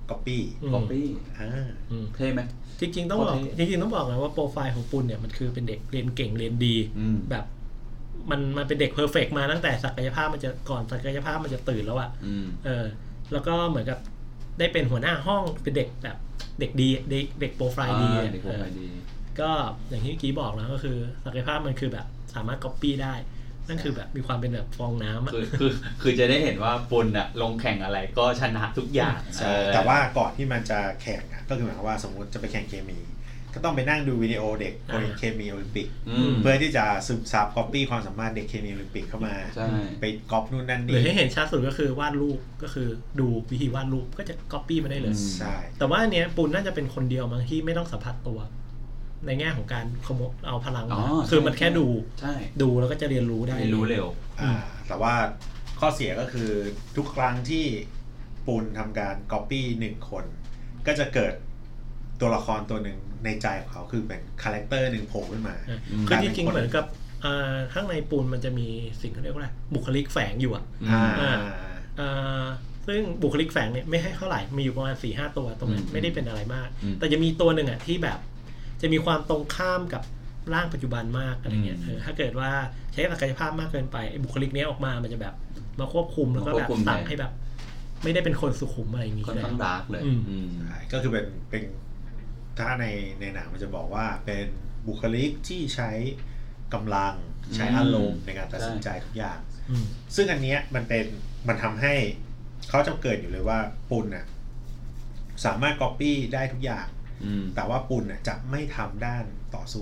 copy เท่ไหมจริงๆต้องบอกนะว่าโปรไฟล์ของปุณเนี่ยมันคือเป็นเด็กเรียนเก่งเรียนดีแบบมันเป็นเด็กเพอร์เฟกต์มาตั้งแต่ศักยภาพมันจะก่อนศักยภาพมันจะตื่นแล้วอ่ะแล้วก็เหมือนกับได้เป็นหัวหน้าห้องเป็นเด็กแบบเด็กดีเด็กโปรไฟล์ดีก็อย่างที่เมื่อกี้บอกนะก็คือศักยภาพมันคือแบบสามารถ copy ได้นั่นคือแบบมีความเป็นแบบฟองน้ำคือจะได้เห็นว่าปุณอะลงแข่งอะไรก็ชนะทุกอย่างแต่ว่าก่อนที่มันจะแข่งก็คือหมายว่าสมมุติจะไปแข่งเคมีก็ต้องไปนั่งดูวิดีโอเด็กเคมีโอลิมปิกเพื่อที่จะซึมซับ copy ความสามารถเด็กเคมีโอลิมปิกเข้ามาไปก๊อปนู่นนั่นนี่หรือให้เห็นชัดสุดก็คือวาดรูปก็คือดูวิธีวาดรูปก็จะ copy มาได้เลยใช่แต่ว่าอันเนี้ยปุณน่าจะเป็นคนเดียวมั้งที่ไม่ต้องสัมผัสตัวในแง่ของการเอาพลังคือมันแค่ดูแล้วก็จะเรียนรู้ได้เรียนรู้เร็วแต่ว่าข้อเสียก็คือทุกครั้งที่ปุณทำการ copy 1 คนก็จะเกิดตัวละครตัวหนึ่งในใจของเขาคือเป็นคาแรคเตอร์หนึ่งโผล่ขึ้นมาคือจริงๆเหมือนกับข้างในปุณมันจะมีสิ่งที่เรียกว่าบุคลิกแฝงอยู่ซึ่งบุคลิกแฝงเนี่ยไม่ให้เท่าไหร่มีอยู่ประมาณ 4-5 ตัวตรงนั้นไม่ได้เป็นอะไรมากแต่จะมีตัวหนึ่งที่แบบจะมีความตรงข้ามกับร่างปัจจุบันมากอะไรเงี้ยถ้าเกิดว่าใช้ศักยภาพมากเกินไปบุคลิกนี้ออกมามันจะแบบมาควบคุมแล้วก็แบบสั่งให้แบบไม่ได้เป็นคนสุขุมอะไรอย่างงี้ค่อนข้างดาร์กเลยก็คือเป็นถ้าในหนังมันจะบอกว่าเป็นบุคลิกที่ใช้กำลังใช้อารมณ์ในการตัดสินใจทุกอย่างซึ่งอันเนี้ยมันทำให้เขาจะเกิดอยู่เลยว่าปุณน่ะสามารถ copy ได้ทุกอย่างแต่ว่าปุณน่ะจะไม่ทำด้านต่อสู้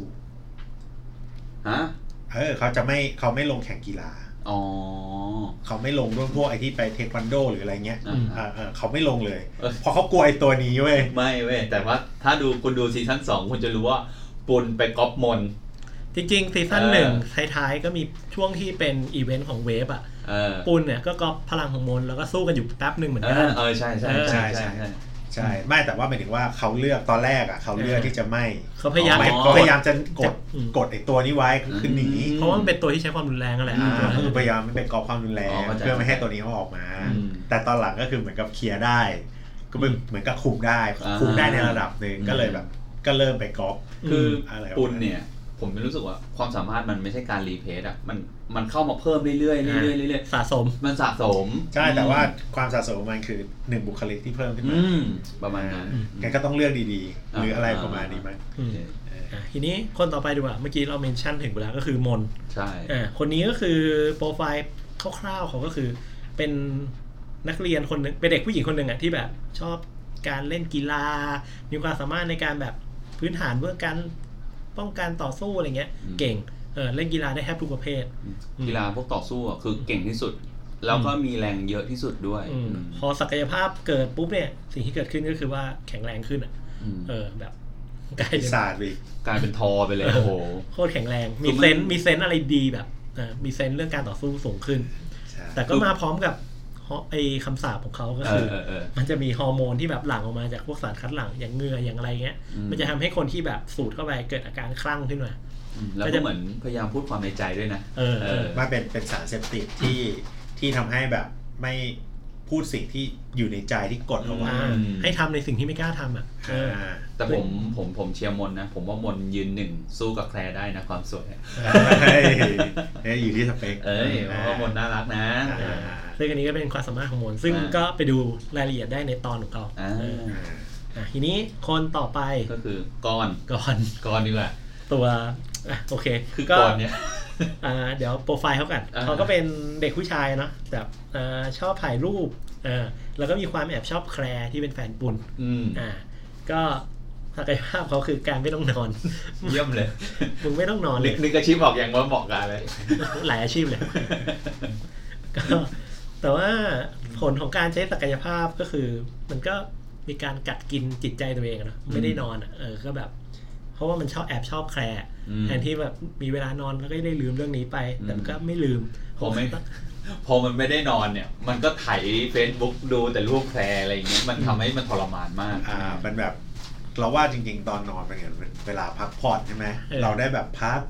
เขาไม่ลงแข่งกีฬาเขาไม่ลงด้วยพวกไอ้ที่ไปเทควันโดหรืออะไรเงี้ยเขาไม่ลงเลยเพราะเขากลัวไอ้ตัวนี้เว้ยไม่เว้ยแต่ว่าถ้าคุณดูซีซั่น2คุณจะรู้ว่าปุณไปก๊อปมนจริงๆซีซั่น1ท้ายๆก็มีช่วงที่เป็นอีเวนต์ของเวฟปุณเนี่ยก็ก๊อปพลังของมนแล้วก็สู้กันอยู่แป๊บนึงเหมือนกันใช่ใช่ไม่แต่ว่าหมายถึงว่าเขาเลือกตอนแรกเขาเลือกที่จะไม่เขาพยายามจะกดไอ้ตัวนี้ไว้คือหนีเพราะว่ามันเป็นตัวที่ใช้ความรุนแรงอะไรคือพยายามไม่ไปก่อความรุนแรงเพื่อไม่ให้ตัวนี้เขาออกมาแต่ตอนหลังก็คือเหมือนกับเคลียร์ได้ก็เหมือนกับคุมได้ในระดับนึงก็เลยแบบก็เริ่มไปก๊อปคือปุณเนี่ยผมรู้สึกว่าความสามารถมันไม่ใช่การรีเพลย์มันเข้ามาเพิ่มเรื่อยๆสะสมมันสะสมใช่แต่ว่าความสะสมมันคือ1บุคลิกที่เพิ่มขึ้นมาประมาณนั้นแกก็ต้องเลือกดีๆหรืออะไรประมาณนี้มั้งทีนี้คนต่อไปดีกว่าเมื่อกี้เราเมนชั่นถึงเวลาก็คือมนใช่คนนี้ก็คือโปรไฟล์คร่าวๆเขาก็คือเป็นนักเรียนคนนึงเป็นเด็กผู้หญิงคนนึงที่แบบชอบการเล่นกีฬามีความสามารถในการแบบพื้นฐานเรื่องการป้องกันต่อสู้อะไรเงี้ยเก่งเล่นกีฬาได้แทบทุกประเภทกีฬาพวกต่อสู้คือเก่งที่สุดแล้วก็มีแรงเยอะที่สุดด้วยพอศักยภาพเกิดปุ๊บเนี่ยสิ่งที่เกิดขึ้นก็คือว่าแข็งแรงขึ้นแบบกลายเป็นศาสตร์กลายเป็นทอไปเลยโอ้โหโคตรแข็งแรงมีเซนส์อะไรดีแบบมีเซนส์เรื่องการต่อสู้สูงขึ้นแต่ก็มาพร้อมกับไอ้คำสาปของเขาก็คือมันจะมีฮอร์โมนที่แบบหลั่งออกมาจากพวกสารคัดหลั่งอย่างเหงื่ออย่างอะไรเงี้ยมันจะทำให้คนที่แบบสูดเข้าไปเกิดอาการคลั่งขึ้นมาแล้วก็เหมือนพยายามพูดความในใจด้วยนะว่าเป็นสารเสพติดที่ทำให้แบบไม่พูดสิ่งที่อยู่ในใจที่กดเอาไว้ให้ทำในสิ่งที่ไม่กล้าทำแต่ผมเชียร์มนนะผมว่ามนยืนหนึ่งสู้กับแคลร์ได้นะความสวยอยู่ที่สเปคเพราะว่ามนน่ารักนะซึ่งอันนี้ก็เป็นความสามารถของมนซึ่งก็ไปดูรายละเอียดได้ในตอนของเขาทีนี้คนต่อไปก็คือกรดีกว่าตัวโอเคคือก่อนเนี่ยเดี๋ยวโปรไฟล์เขากันเขาก็เป็นเด็กผู้ชายเนาะแบบชอบถ่ายรูปแล้วก็มีความแอบชอบแคลร์ที่เป็นแฟนปุณก็ศักยภาพเขาคือการไม่ต้องนอนเยี่ยมเลยมึงไม่ต้องนอนเลยนึกอาชีพบอกอย่างว่าเหมาะกันเลยหลายอาชีพเลยก็แต่ว่าผลของการใช้ศักยภาพก็คือมันก็มีการกัดกินจิตใจตัวเองนะไม่ได้นอนก็แบบเพราะว่ามันแอบชอบแคลร์แทนที่แบบมีเวลานอนแล้วก็ได้ลืมเรื่องนี้ไปแต่มันก็ไม่ลืมพอมันไม่ได้นอนเนี่ยมันก็ไถ Facebook ดูแต่รูปแคลร์อะไรอย่างเงี้ยมันทำให้มันทรมานมากมันแบบเราว่าจริงๆตอนนอนมันเหมือนเวลาพักผ่อนใช่ไหมเราได้แบบพักไป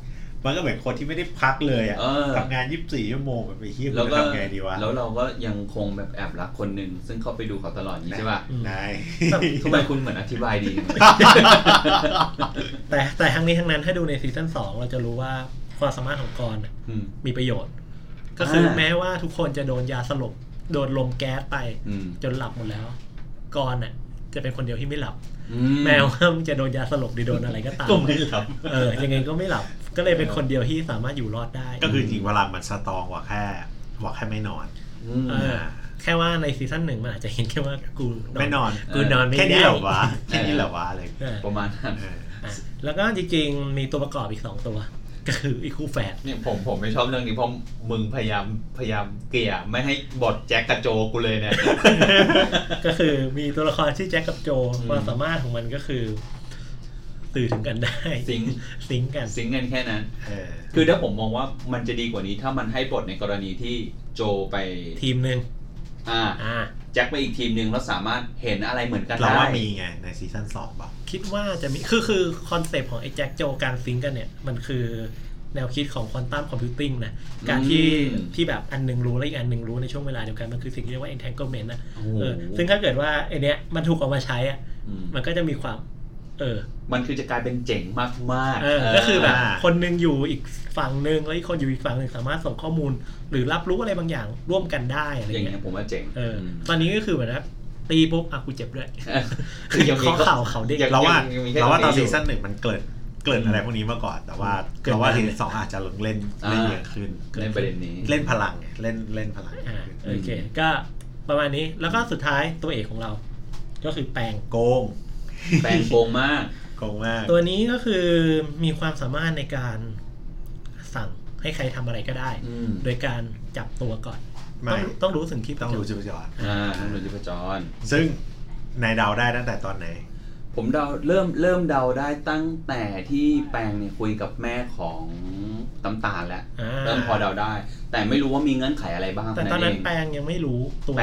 มันก็เหมือนคนที่ไม่ได้พักเลยอ่ะทำงาน24ชั่วโมงแบบไปเฮี้ยมันทำไงดีวะแล้วเราก็ยังคงแบบแอบรักคนหนึ่งซึ่งเขาไปดูเขาตลอดนี้ใช่ป่ะนายทำไมคุณเหมือนอธิบายดีแต่ทั้งนี้ทั้งนั้นถ้าดูในซีซั่น2เราจะรู้ว่าความสามารถของกรมีประโยชน์ก็คือแม้ว่าทุกคนจะโดนยาสลบโดนลมแก๊สไปจนหลับหมดแล้วกรน่ะจะเป็นคนเดียวที่ไม่หลับแม้ว่าจะโดนยาสลบหรือโดนอะไรก็ตามก็ไม่หลับยังไงก็ไม่หลับก็เลยเป็นคนเดียวที่สามารถอยู่รอดได้ก็คือจริงเวลามันสตรองกว่าแค่ไม่นอนแค่ว่าในซีซั่น1มันอาจจะเห็นแค่ว่ากูไม่นอนกูนอนไม่ได้แค่นี้เหรอวะแค่นี้เหรอวะอะไรประมาณนั้นแล้วก็จริงๆมีตัวประกอบอีก2ตัวก็คืออีคู่แฝดเนี่ยผมไม่ชอบเรื่องนี้เพราะมึงพยายามเกลี่ยไม่ให้บทแจ็คกับโจกูเลยเนี่ยก็คือมีตัวละครชื่อแจ็คกับโจความสามารถของมันก็คือสื่อถึงกันได้ซิงกันแค่นั้นคือถ้าผมมองว่ามันจะดีกว่านี้ถ้ามันให้บทในกรณีที่โจไปทีมนึงแจ็คไปอีกทีมนึงแล้วสามารถเห็นอะไรเหมือนกันได้เราว่ามีไงในซีซั่น2ป่ะคิดว่าจะมีคือคอนเซปต์ของไอ้แจ็คโจการซิงกันเนี่ยมันคือแนวคิดของควอนตัมคอมพิวติ้งนะการที่แบบอันนึงรู้และอีกอันนึงรู้ในช่วงเวลาเดียวกันมันคือสิ่งที่เรียกว่า entanglement นะซึ่งถ้าเกิดว่าไอ้เนี้ยมันถูกเอามาใช้อ่ะมันก็จะมีความมันคือจะกลายเป็นเจ๋งมากๆก็คือแบบคนนึงอยู่อีกฝั่งนึงแล้วอีกคนอยู่อีกฝั่งนึงสามารถส่งข้อมูลหรือรับรู้อะไรบางอย่างร่วมกันได้อะไรอย่างเงี้ยผมว่าเจ๋งตอนนี้ก็คือเหมือนนะตีปุ๊บกูเจ็บด้วยข้อเขาเด็กเราว่าตอนซีซั่น1มันเกิดอะไรพวกนี้มาก่อนแต่ว่าเราว่าซีซั่น2อาจจะเล่นเยอะขึ้นเล่นประเด็นนี้เล่นพลังเล่นพลังโอเคก็ประมาณนี้แล้วก็สุดท้ายตัวเอกของเราก็คือแปลงโกงมากตัวนี้ก็คือมีความสามารถในการสั่งให้ใครทำอะไรก็ได้โดยการจับตัวก่อนต้องรู้สิ่งที่ต้องรู้ชีพจรต้องรู้ชีพจรซึ่งนายเดาได้ตั้งแต่ตอนไหนผมเดาเริ่มเดาได้ตั้งแต่ที่แปงเนี่ยคุยกับแม่ของน้ำตาลแล้วเริ่มพอเดาได้แต่ไม่รู้ว่ามีเงื่อนไขอะไรบ้างแต่ตอนนั้นแปงยังไม่รู้ตัว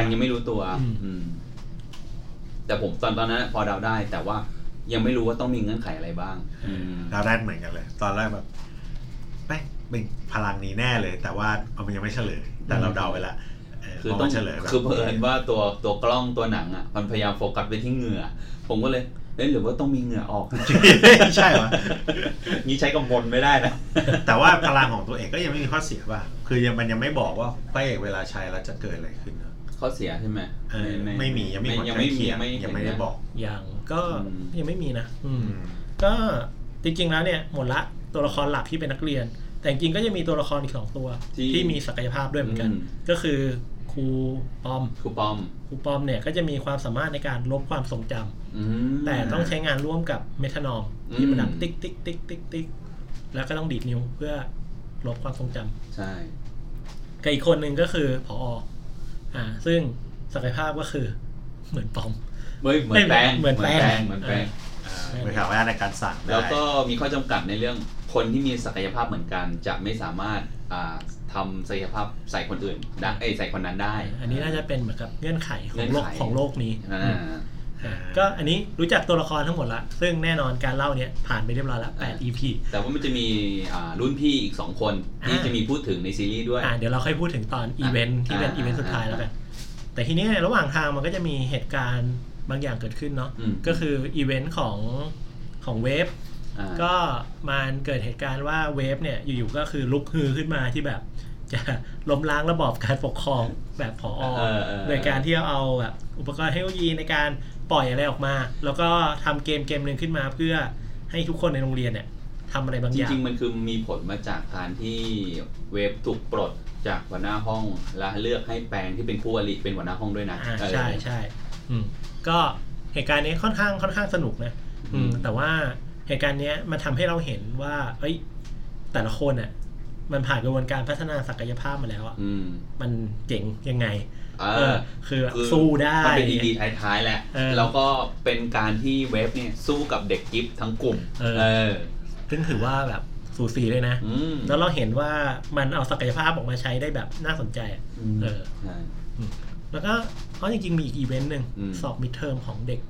แต่ผมตอนนั้นพอเดาได้แต่ว่ายังไม่รู้ว่าต้องมีเงื่อนไขอะไรบ้างเดาได้เหมือนกันเลยตอนแรกแบบแม่งเป็นพลังนี้แน่เลยแต่ว่ามันยังไม่เฉลยแต่เราเดาไปแล้วคือต้องเฉลยคือเผอิญว่าตัวกล้องตัวหนังอ่ะมันพยายามโฟกัสไปที่เหงื่อผมก็เลยหรือว่าต้องมีเหงื่อออกใช่เหรอนี่ใช้กำมลไม่ได้นะแต่ว่าพลังของตัวเอกก็ยังไม่มีข้อเสียป่ะคือมันยังไม่บอกว่าพระเอกเวลาใช้แล้วจะเกิดอะไรขึ้นข้อเสียใช่ไหมไม่มียังไม่ได้บอกอย่างก็ยังไม่มีนะก็จริงๆแล้วเนี่ยหมดละตัวละครหลักที่เป็นนักเรียนแต่จริงๆก็จะมีตัวละครอีก2ตัวที่มีศักยภาพด้วยเหมือนกันก็คือครูปอมเนี่ยก็จะมีความสามารถในการลบความทรงจำแต่ต้องใช้งานร่วมกับเมทานอมที่มันดังติ๊กติ๊กติ๊กติ๊กติ๊กแล้วก็ต้องดีดนิ้วเพื่อลบความทรงจำใช่กับอีกคนหนึ่งก็คือผอ.ซึ่งศักยภาพก็คือเหมือนปอมเหมือนแปงเหมือนข่าวว่าในการสั่งแล้วก็มีข้อจำกัดในเรื่องคนที่มีศักยภาพเหมือนกันจะไม่สามารถทำศักยภาพใส่คนอื่นได้ใส่คนนั้นได้อันนี้น่าจะเป็นเหมือนกับเงื่อนไขของโลกนี้ก็อันนี้รู้จักตัวละครทั้งหมดละซึ่งแน่นอนการเล่าเนี้ยผ่านไปเรียบร้อยแล้ว8 EP แต่ว่ามันจะมีรุ่นพี่อีก2คนที่จะมีพูดถึงในซีรีส์ด้วยเดี๋ยวเราค่อยพูดถึงตอนอีเวนท์ที่เป็นอีเวนท์สุดท้ายแล้วกันแต่ทีนี้ระหว่างทางมันก็จะมีเหตุการณ์บางอย่างเกิดขึ้นเนาะก็คืออีเวนต์ของเวฟก็มันเกิดเหตุการณ์ว่าเวฟเนี่ยอยู่ๆก็คือลุกฮือขึ้นมาที่แบบจะล้มล้างระบอบการปกครองแบบผอ.โดยการที่เอาแบบอุปกรณ์เทคโนโลยีในการปล่อยอะไรออกมาแล้วก็ทำเกมนึงขึ้นมาเพื่อให้ทุกคนในโรงเรียนเนี่ยทำอะไรบางอย่างจริงๆมันคือมีผลมาจากการที่เวฟถูกปลดจากหัวหน้าห้องและเลือกให้แปงที่เป็นคู่อริเป็นหัวหน้าห้องด้วยนะใช่ก็เหตุการณ์นี้ค่อนข้างสนุกนะแต่ว่าเหตุการณ์นี้มันทำให้เราเห็นว่าแต่ละคนอ่ะมันผ่านกระบวนการพัฒนาศักยภาพมาแล้วอ่ะมันเจ๋งยังไงคือสู้ได้มันเป็นดีๆท้ายๆแหละแล้วก็เป็นการที่เวฟเนี่ยสู้กับเด็กกิฟทั้งกลุ่มซึ่งถือว่าแบบสูสีเลยนะแล้วเราเห็นว่ามันเอาศักยภาพออกมาใช้ได้แบบน่าสนใจแล้วก็เพราะจริงๆมีอีกอีเวนต์นึงสอบมิดเทอมของเด็ก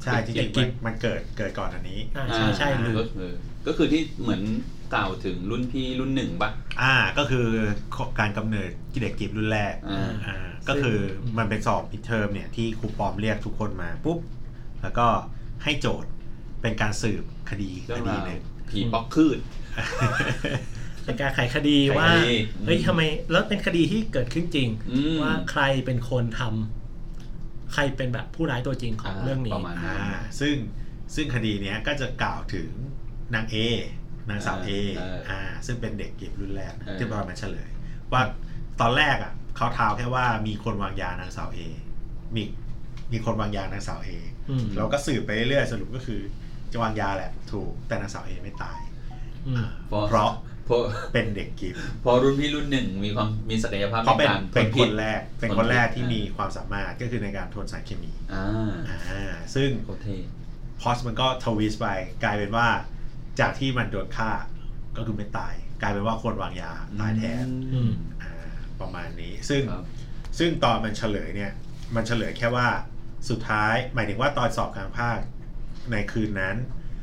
ใช่จริงๆมันเกิดก่อนอันนี้ใช่หรือก็คือที่เหมือนกล่าวถึงรุ่นพี่รุ่น1ป่ะก็คือการกำเนิดเด็กกิฟรุ่นแรกก็คือมันเป็นสอบมิดเทอมเนี่ยที่ครูปอมเรียกทุกคนมาปุ๊บแล้วก็ให้โจทย์เป็นการสืบคดีนึงผีป๊อกคืดเป็นการไขคดีว่าเฮ้ยทำไมแล้วเป็นคดีที่เกิดขึ้นจริงว่าใครเป็นคนทำใครเป็นแบบผู้ร้ายตัวจริงของเรื่องนี้ซึ่งคดีนี้ก็จะกล่าวถึงนางสาวซึ่งเป็นเด็กเก็บรุ่นแรกที่ตอนมันเฉลยว่าตอนแรกเขาท้าวแค่ว่ามีคนวางยานางสาวมีคนวางยานางสาวเราก็สืบไปเรื่อยสรุปก็คือจะวางยาแหละถูกแต่นางสาวไม่ตายเพราะเป็นเด็กกิฟต์พอรุ่นพี่รุ่น1มีศักยภาพในการเป็นคนแรกที่มีความสามารถก็คือในการทนสารเคมีซึ่งพอสมันก็ทวิสต์ไปกลายเป็นว่าจากที่มันโดนฆ่าก็คือไม่ตายกลายเป็นว่าคนวางยาตายแทนประมาณนี้ซึ่งตอนมันเฉลยเนี่ยมันเฉลยแค่ว่าสุดท้ายหมายถึงว่าตอนสอบกลางภาคในคืนนั้น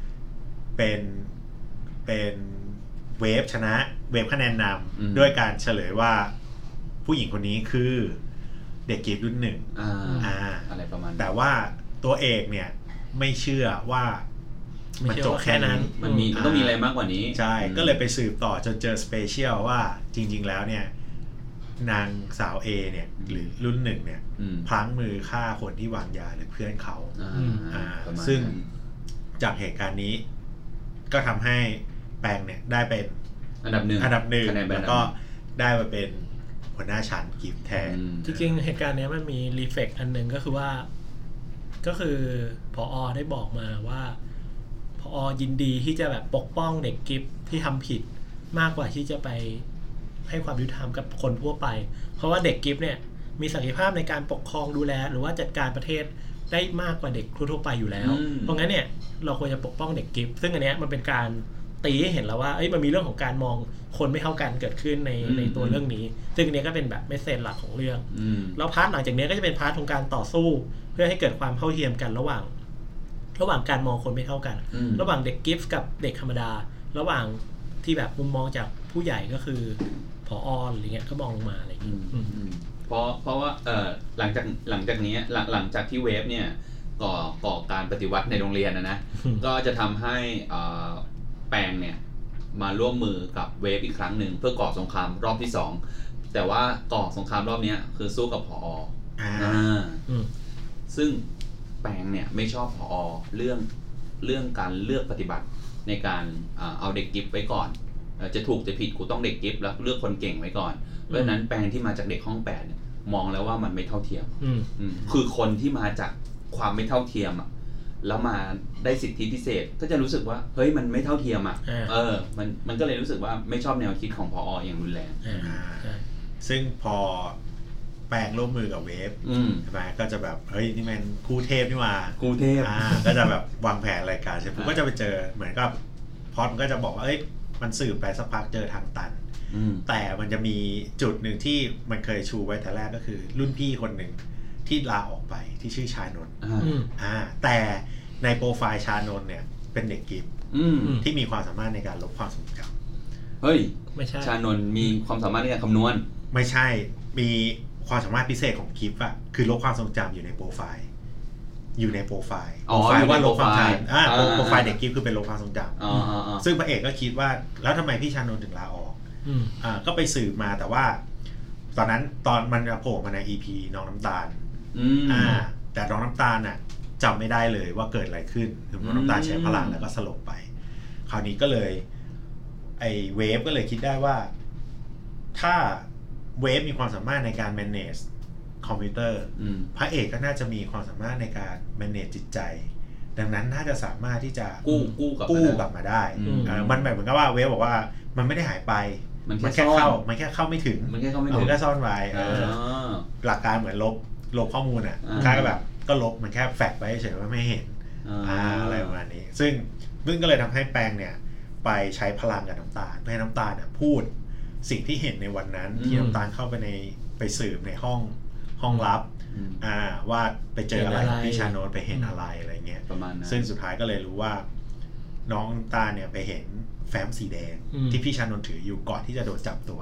เป็นเวฟชนะเวฟคะแนนนำด้วยการเฉลยว่าผู้หญิงคนนี้คือเด็กกิฟต์รุ่น1 อะไรประมาณแต่ว่าตัวเอกเนี่ยไม่เชื่อว่ามันจบแค่นั้นมันต้องมีอะไรมากกว่านี้ใช่ก็เลยไปสืบต่อจนเจอสเปเชียลว่าจริงๆแล้วเนี่ยนางสาว A เนี่ยหรือรุ่น1เนี่ยพลั้งมือฆ่าคนที่วางยาหรือเพื่อนเขาซึ่งจากเหตุการณ์นี้ก็ทำให้แปงเนี่ยได้เป็นอันดับหนึ่งแล้วก็ได้มาเป็นหัวหน้าชั้นกิฟต์แทนจริงๆเหตุการณ์นี้มันมีรีเฟกอันนึงก็คือว่าก็คือผอ.ได้บอกมาว่าผอ.ยินดีที่จะแบบปกป้องเด็กกิฟต์ที่ทำผิดมากกว่าที่จะไปให้ความยุติธรรมกับคนทั่วไปเพราะว่าเด็กกิฟต์เนี่ยมีศักยภาพในการปกครองดูแลหรือว่าจัดการประเทศได้มากกว่าเด็กทั่วไปอยู่แล้วเพราะงั้นเนี่ยเราควรจะปกป้องเด็กกิฟต์ซึ่งอันเนี้ยมันเป็นการตีให้เห็นแล้วว่ามันมีเรื่องของการมองคนไม่เท่ากันเกิดขึ้นในตัวเรื่องนี้ซึ่งอันนี้ก็เป็นแบบเมสเซจหลักของเรื่องแล้วพาร์ทหลังจากนี้ก็จะเป็นพาร์ทของการต่อสู้เพื่อให้เกิดความเท่าเทียมกันระหว่างการมองคนไม่เท่ากันระหว่างเด็กกิฟต์กับเด็กธรรมดาระหว่างที่แบบมุมมองจากผู้ใหญ่ก็คือผอ.อะไรเงี้ยก็มองลงมาอะไรอย่างงี้เพราะว่าหลังจากนี้หลังจากที่เวฟเนี่ยก่อการปฏิวัติในโรงเรียนนะก็จะทำให้แปงเนี่ยมาร่วมมือกับเวฟอีกครั้งหนึ่งเพื่อก่อสงครามรอบที่2แต่ว่าก่อสงครามรอบนี้คือสู้กับผอ.ซึ่งแปงเนี่ยไม่ชอบผอ.เรื่องการเลือกปฏิบัติในการเอาเด็กกิฟต์ไว้ก่อนจะถูกจะผิดกูต้องเด็กกิฟต์แล้วเลือกคนเก่งไว้ก่อนเพราะฉะนั้นแปงที่มาจากเด็กห้อง8เนี่ยมองแล้วว่ามันไม่เท่าเทียมคือคนที่มาจากความไม่เท่าเทียมแล้วมาได้สิทธิพิเศษก็จะรู้สึกว่าเฮ้ยมันไม่เท่าเทียมมันก็เลยรู้สึกว่าไม่ชอบแนวคิดของผอ.อย่างรุนแรงซึ่งพอแปลงร่วมมือกับเวฟใช่ไหมก็จะแบบเฮ้ยนี่มันคู่เทพนี่มาคู่เทพก็จะแบบวางแผนรายการใช่ผมก็จะไปเจอเหมือนกับพอดมันก็จะบอกว่าเอ้ยมันสืบไปสักพักเจอทางตันแต่มันจะมีจุดหนึ่งที่มันเคยชูไว้แต่แรกก็คือรุ่นพี่คนหนึ่งที่ลาออกไปที่ชื่อชานนท์แต่ในโปรไฟล์ชานนท์เนี่ยเป็นเด็กกิฟต์ที่มีความสามารถในการลบความทรงจำเฮ้ยไม่ใช่ชานนท์มีความสามารถในการคำนวณไม่ใช่มีความสามารถพิเศษของกิฟต์คือลบความทรงจำอยู่ในโปรไฟล์ว่าลบความทรงจำโปรไฟล์เด็กกิฟต์คือเป็นลบความทรงจำซึ่งพระเอกก็คิดว่าแล้วทำไมพี่ชานนท์ถึงลาออกก็ไปสืบมาแต่ว่าตอนมันโผล่มาใน EP น้องน้ำตาลแต่น้องน้ำตาลน่ะจำไม่ได้เลยว่าเกิดอะไรขึ้นคือน้องน้ำตาลใช้พลังแล้วก็สลบไปคราวนี้ก็เลยไอ้เวฟก็เลยคิดได้ว่าถ้าเวฟมีความสามารถในการ manage คอมพิวเตอร์พระเอกก็น่าจะมีความสามารถในการ manage จิตใจดังนั้นน่าจะสามารถที่จะกู้กลับมาได้มันแบบเหมือนกับว่าเวฟบอกว่ามันไม่ได้หายไปมันแค่เข้าไม่ถึงมันแค่ซ่อนไว้หลักการเหมือนลบข้อมูลค่าก็แบบก็ลบมันแค่แฟกไว้เฉยๆว่าไม่เห็นอะไรประมาณนี้ซึ่งก็เลยทำให้แปงเนี่ยไปใช้พลังกับน้ำตาลเพื่อให้น้ำตาลพูดสิ่งที่เห็นในวันนั้นที่น้ำตาลเข้าไปสืบในห้ห้องลับว่าไปเจออะไรพี่ชาโนนไปเห็นอะไรเงี้ยประมาณนั้นซึ่งสุดท้ายก็เลยรู้ว่าน้องตาเนี่ยไปเห็นแฟ้มสีแดงที่พี่ชานนท์ถืออยู่ก่อนที่จะโดนจับตัว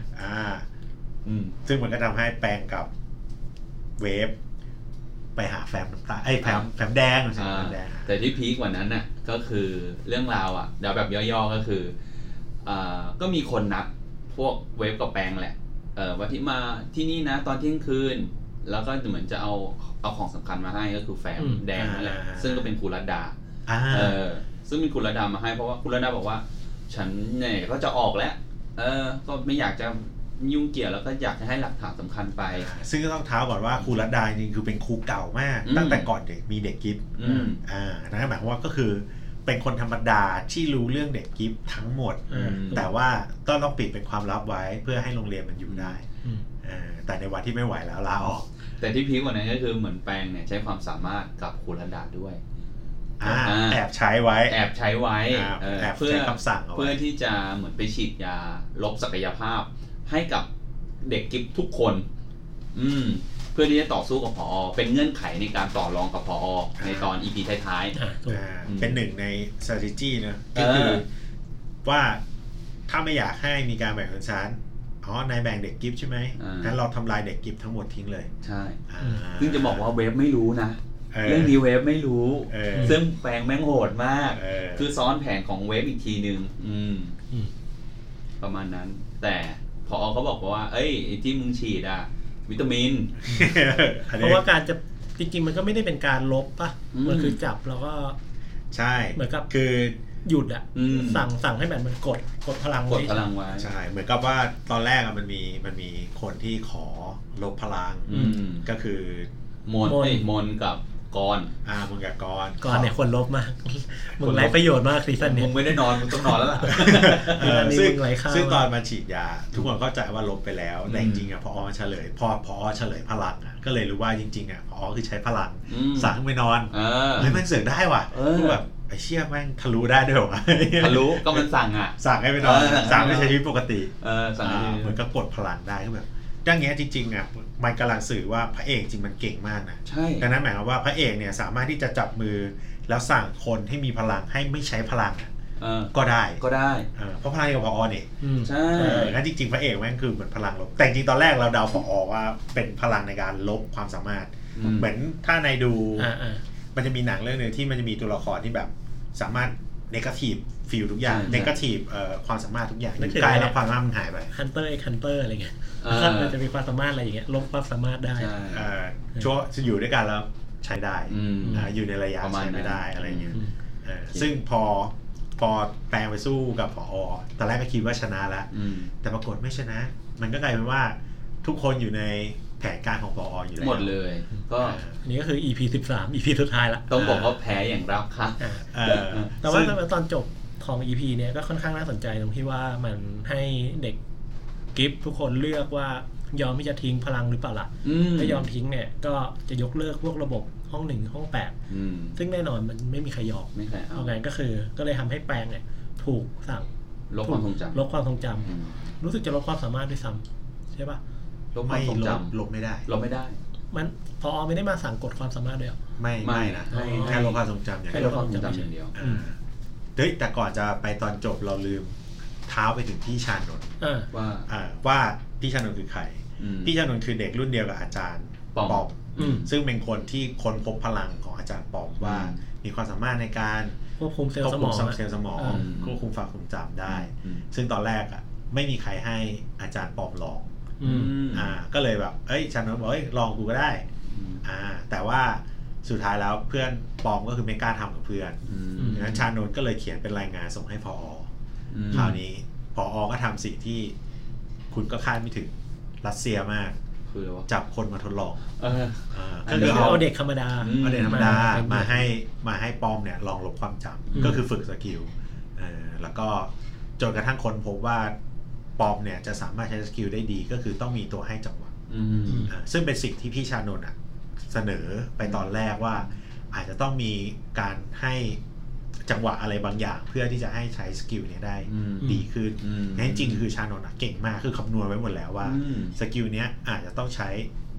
ซึ่งมันก็ทำให้แปลงกับเวฟไปหาแฟ้มน้ำตาแฟ้มแดงแต่ที่พีคกว่านั้นน่ะก็คือเรื่องราวอ่ะเดี๋ยวแบบย่อๆก็คือก็มีคนนัดพวกเวฟกับแปลงแหละว่าที่มาที่นี่นะตอนเที่ยงคืนแล้วก็เหมือนจะเอาของสำคัญมาให้ก็คือแฟ้มแดงนั่นแหละซึ่งก็เป็นครูรัตดาซึ่งมีคุณระดามาให้เพราะว่าคุณระดาบอกว่าฉันเนี่ยก็จะออกแล้วก็ไม่อยากจะยุ่งเกี่ยวแล้วก็อยากจะให้หลักฐานสำคัญไปซึ่งก็ต้องเท้าก่อนว่าครูระดาจริงคือเป็นครูเก่ามากตั้งแต่ก่อนเด็กมีเด็กกิฟต์นั่นหมายความว่าก็คือเป็นคนธรรมดาที่รู้เรื่องเด็กกิฟต์ทั้งหมดแต่ว่าต้องปิดเป็นความลับไว้เพื่อให้โรงเรียนมันอยู่ได้แต่ในวันที่ไม่ไหวแล้วลาออกแต่ที่พีคกว่านั้นก็คือเหมือนแปลงเนี่ยใช้ความสามารถกับครูระดาด้วยแอบใช้ไว้เพื่อคำสั่งเพื่อที่จะเหมือนไปฉีดยาลบศักยภาพให้กับเด็กกิฟทุกคนเพื่อที่จะต่อสู้กับผอ.เป็นเงื่อนไขในการต่อรองกับผอ.ในตอน EP ท้ายๆเป็นหนึ่งใน strategy นะก็คือว่าถ้าไม่อยากให้มีการแบ่งชนชั้นนายแบ่งเด็กกิฟใช่ไหมงั้นเราทำลายเด็กกิฟทั้งหมดทิ้งเลยใช่ซึ่งจะบอกว่าเวฟไม่รู้นะเรื่องนี้เวฟไม่รู้ซึ่งแปลงแม่งโหดมากคือซ้อนแผนของเวฟอีกทีนึงประมาณนั้นแต่พอเขาบอกว่าเอ้ยที่มึงฉีดวิตามินเพราะว่าการจะจริงๆมันก็ไม่ได้เป็นการลบป่ะมันคือจับแล้วก็ใช่เหมือนกับคือหยุดสั่งให้แบบมันกดพลังไว้ใช่เหมือนกับว่าตอนแรกมันมีคนที่ขอลบพลังก็คือมนกับกรมึงกับกรเนี่ยคนลบมากมึงไร้ประโยชน์มากซีซั่นนี้มึงไม่ได้นอนมึงต้องนอนแล้วล่ะซึ่งตอนมาฉีดยาทุกคนเข้าใจว่าลบไปแล้วแต่จริงๆพอเฉลยพอเฉลยพลังก็เลยรู้ว่าจริงๆพอคือใช้พลังสั่งไปนอนเฮ้ยมันเสือกได้ว่ะแบบไอ้เชี่ยแม่งทะลุได้ด้วยวะทะลุก็มันสั่งให้ไปนอนสั่งไม่ใช้ชีวิตปกติเหมือนกับกดพลังได้ก็แบบอย่างเงี้ยจริงๆมันกำลังสื่อว่าพระเอกจริงมันเก่งมากนะใช่ดังนั้นหมายความว่าพระเอกเนี่ยสามารถที่จะจับมือแล้วสั่งคนให้มีพลังให้ไม่ใช้พลังก็ได้เพราะพลังกับพอเนี่ยใช่งั้นจริงๆพระเอกแม่งคือเหมือนพลังลบแต่จริงตอนแรกเราเดาพอว่าเป็นพลังในการลบความสามารถเหมือนถ้าในดูมันจะมีหนังเรื่องนึงที่มันจะมีตัวละครที่แบบสามารถเนกาทีฟฟีลทุกอย่างเนกาทีฟความสามารถทุกอย่างกลายแล้วความสามารถมันหายไปฮันเตอร์อะไรเงี้ยมันจะมีความสามารถอะไรอย่างเงี้ยลบความสามารถได้ช่วงจะอยู่ด้วยกันแล้วใช้ได้อยู่ในระยะใช้ไม่ได้อะไรเงี้ยซึ่งพอแปลงไปสู้กับผอ.ตอนแรกก็คิดว่าชนะแล้วแต่ปรากฏไม่ชนะมันก็กลายเป็นว่าทุกคนอยู่ในแผนการของผอ.อยู่แล้วหมดเลยก็อันนี้ก็คือ EP 13 EP สุดท้ายละต้องบอกว่าแพ้อย่างราบคาบแต่ว่าตอนจบของ EP เนี้ยก็ค่อนข้างน่าสนใจตรงที่ว่ามันให้เด็กกิฟทุกคนเลือกว่ายอมที่จะทิ้งพลังหรือเปล่าล่ะถ้ายอมทิ้งเนี่ยก็จะยกเลิกพวกระบบห้อง1ห้อง8ซึ่งแน่นอนมันไม่มีใครยอมเพราะงั้นก็เลยทำให้แปลงเนี่ยถูกสั่งลบความทรงจำรู้สึกจะลบความสามารถด้วยซ้ำใช่ป่ะลบความทรงจำลบไม่ได้มันพอไม่ได้มาสั่งกดความสามารถด้วยไม่นะแค่ลบความทรงจำอย่างเดียวแต่ก่อนจะไปตอนจบเราลืมเท้าไปถึงพี่ชานนท์ว่าพี่ชานนท์คือใครพี่ชานนท์คือเด็กรุ่นเดียวกับอาจารย์ปอมซึ่งเป็นคนที่ค้นพบพลังของอาจารย์ปอมว่ามีความสามารถในการควบคุมเซลล์สมองควบคุมความทรงจำได้ซึ่งตอนแรกไม่มีใครให้อาจารย์ปอมลองก็เลยแบบชานนท์บอกลองกูก็ได้แต่ว่าสุดท้ายแล้วเพื่อนปอมก็คือไม่กล้าทำกับเพื่อนดังนั้นชานนท์ก็เลยเขียนเป็นรายงานส่งให้ผอ.คราวนี้ผอ.ก็ทำสิ่งที่คุณก็คาดไม่ถึงรัสเซียมากจับคนมาทดลองก็คือเอาเด็กธรรมดามาให้ปอมเนี่ยลองลบความจำก็คือฝึกสกิลแล้วก็จนกระทั่งคนพบว่าปอมเนี่ยจะสามารถใช้สกิลได้ดีก็คือต้องมีตัวให้จังหวะซึ่งเป็นสิ่งที่พี่ชานนท์เสนอไปตอนแรกว่าอาจจะต้องมีการให้จังหวะอะไรบางอย่างเพื่อที่จะให้ใช้สกิลนี้ได้ดีขึ้นแท้จริงคือชานนท์เก่งมากคือคำนวณไว้หมดแล้วว่าสกิลนี้อาจจะต้องใช้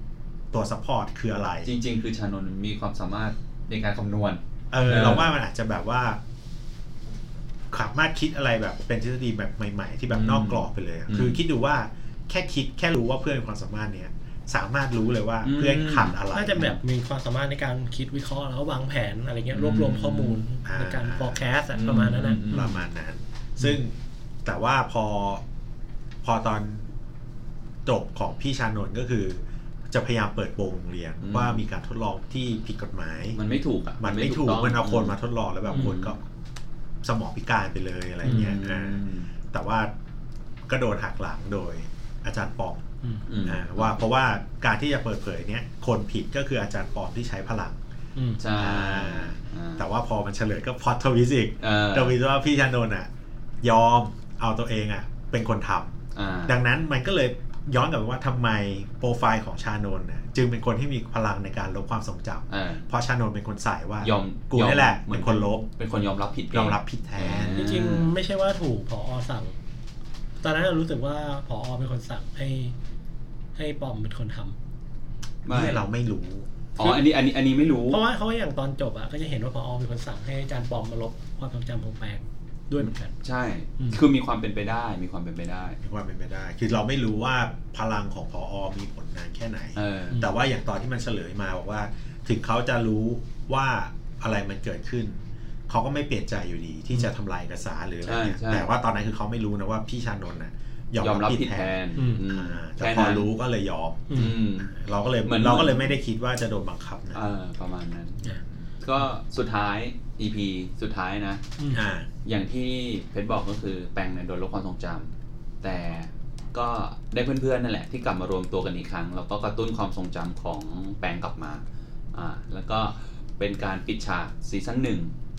ตัวซัพพอร์ตคืออะไรจริงๆคือชานนท์มีความสามารถในการคำนวณเราว่ามันอาจจะแบบว่าสามารถคิดอะไรแบบเป็นทฤษฎีแบบใหม่ๆที่แบบนอกกรอบไปเลยคือคิดดูว่าแค่รู้ว่าเพื่อนมีความสามารถเนี้ยสามารถรู้เลยว่าเพื่อนขาดอะไรน่าจะแบบมีความสามารถในการคิดวิเคราะห์แล้ววางแผนอะไรเงี้ยรวบรวมข้อมูลในการ forecast ประมาณนั้นนะประมาณนั้นซึ่งแต่ว่าพอตอนจบของพี่ชานนท์ก็คือจะพยายามเปิดโปงโรงเรียนว่ามีการทดลองที่ผิดกฎหมายมันไม่ถูกอ่ะมันไม่ถูกมันเอาคนมาทดลองแล้วแบบคนก็สมองพิการไปเลยอะไรเงี้ยแต่ว่าก็โดนหักหลังโดยอาจารย์ปอมว่าเพราะว่าการที่จะเปิดเผยเนี้ยคนผิดก็คืออาจารย์ปอมที่ใช้พลังใช่แต่ว่าพอมันเฉลยก็พอดทวิสอีกทวิสว่าพี่ชานนท์อ่ะยอมเอาตัวเองอ่ะเป็นคนทำดังนั้นมันก็เลยย้อนกลับไปว่าทำไมโปรไฟล์ของชานนท์จึงเป็นคนที่มีพลังในการลบความทรงจำเพราะชานนท์เป็นคนใส่ว่ายอมกูนี่แหละเป็นคนลบเป็นคนยอมรับผิดแทนจริงๆไม่ใช่ว่าถูกผอ.สั่งตอนนั้นเรารู้สึกว่าผอ.เป็นคนสั่งให้ปอมเป็นคนทำไม่เราไม่รู้อันนี้ไม่รู้เพราะว่าอย่างตอนจบอ่ะก็จะเห็นว่าผอ.เป็นคนสั่งให้อาจารย์ปอมมาลบความทรงจำของแปลงด้วยเหมือนกันใช่คือมีความเป็นไปได้คือเราไม่รู้ว่าพลังของผอ.มีผลนานแค่ไหนแต่ว่าอย่างตอนที่มันเฉลยมาบอกว่าถึงเขาจะรู้ว่าอะไรมันเกิดขึ้นเขาก็ไม่เปลี่ยนใจอยู่ดีที่จะทำลายเอกสารหรืออะไรเนี่ยแต่ว่าตอนนั้นคือเขาไม่รู้นะว่าพี่ชานนท์ยอมรับผิดแทนแต่พอรู้ก็เลยยอมเราก็เลยไม่ได้คิดว่าจะโดนบังคับนะประมาณนั้นก็สุดท้าย EP สุดท้ายนะอย่างที่เพชรบอกก็คือแปงโดนลบความทรงจำแต่ก็ได้เพื่อนๆนั่นแหละที่กลับมารวมตัวกันอีกครั้งแล้วก็กระตุ้นความทรงจำของแปงกลับมาแล้วก็เป็นการปิดฉากซีซั่น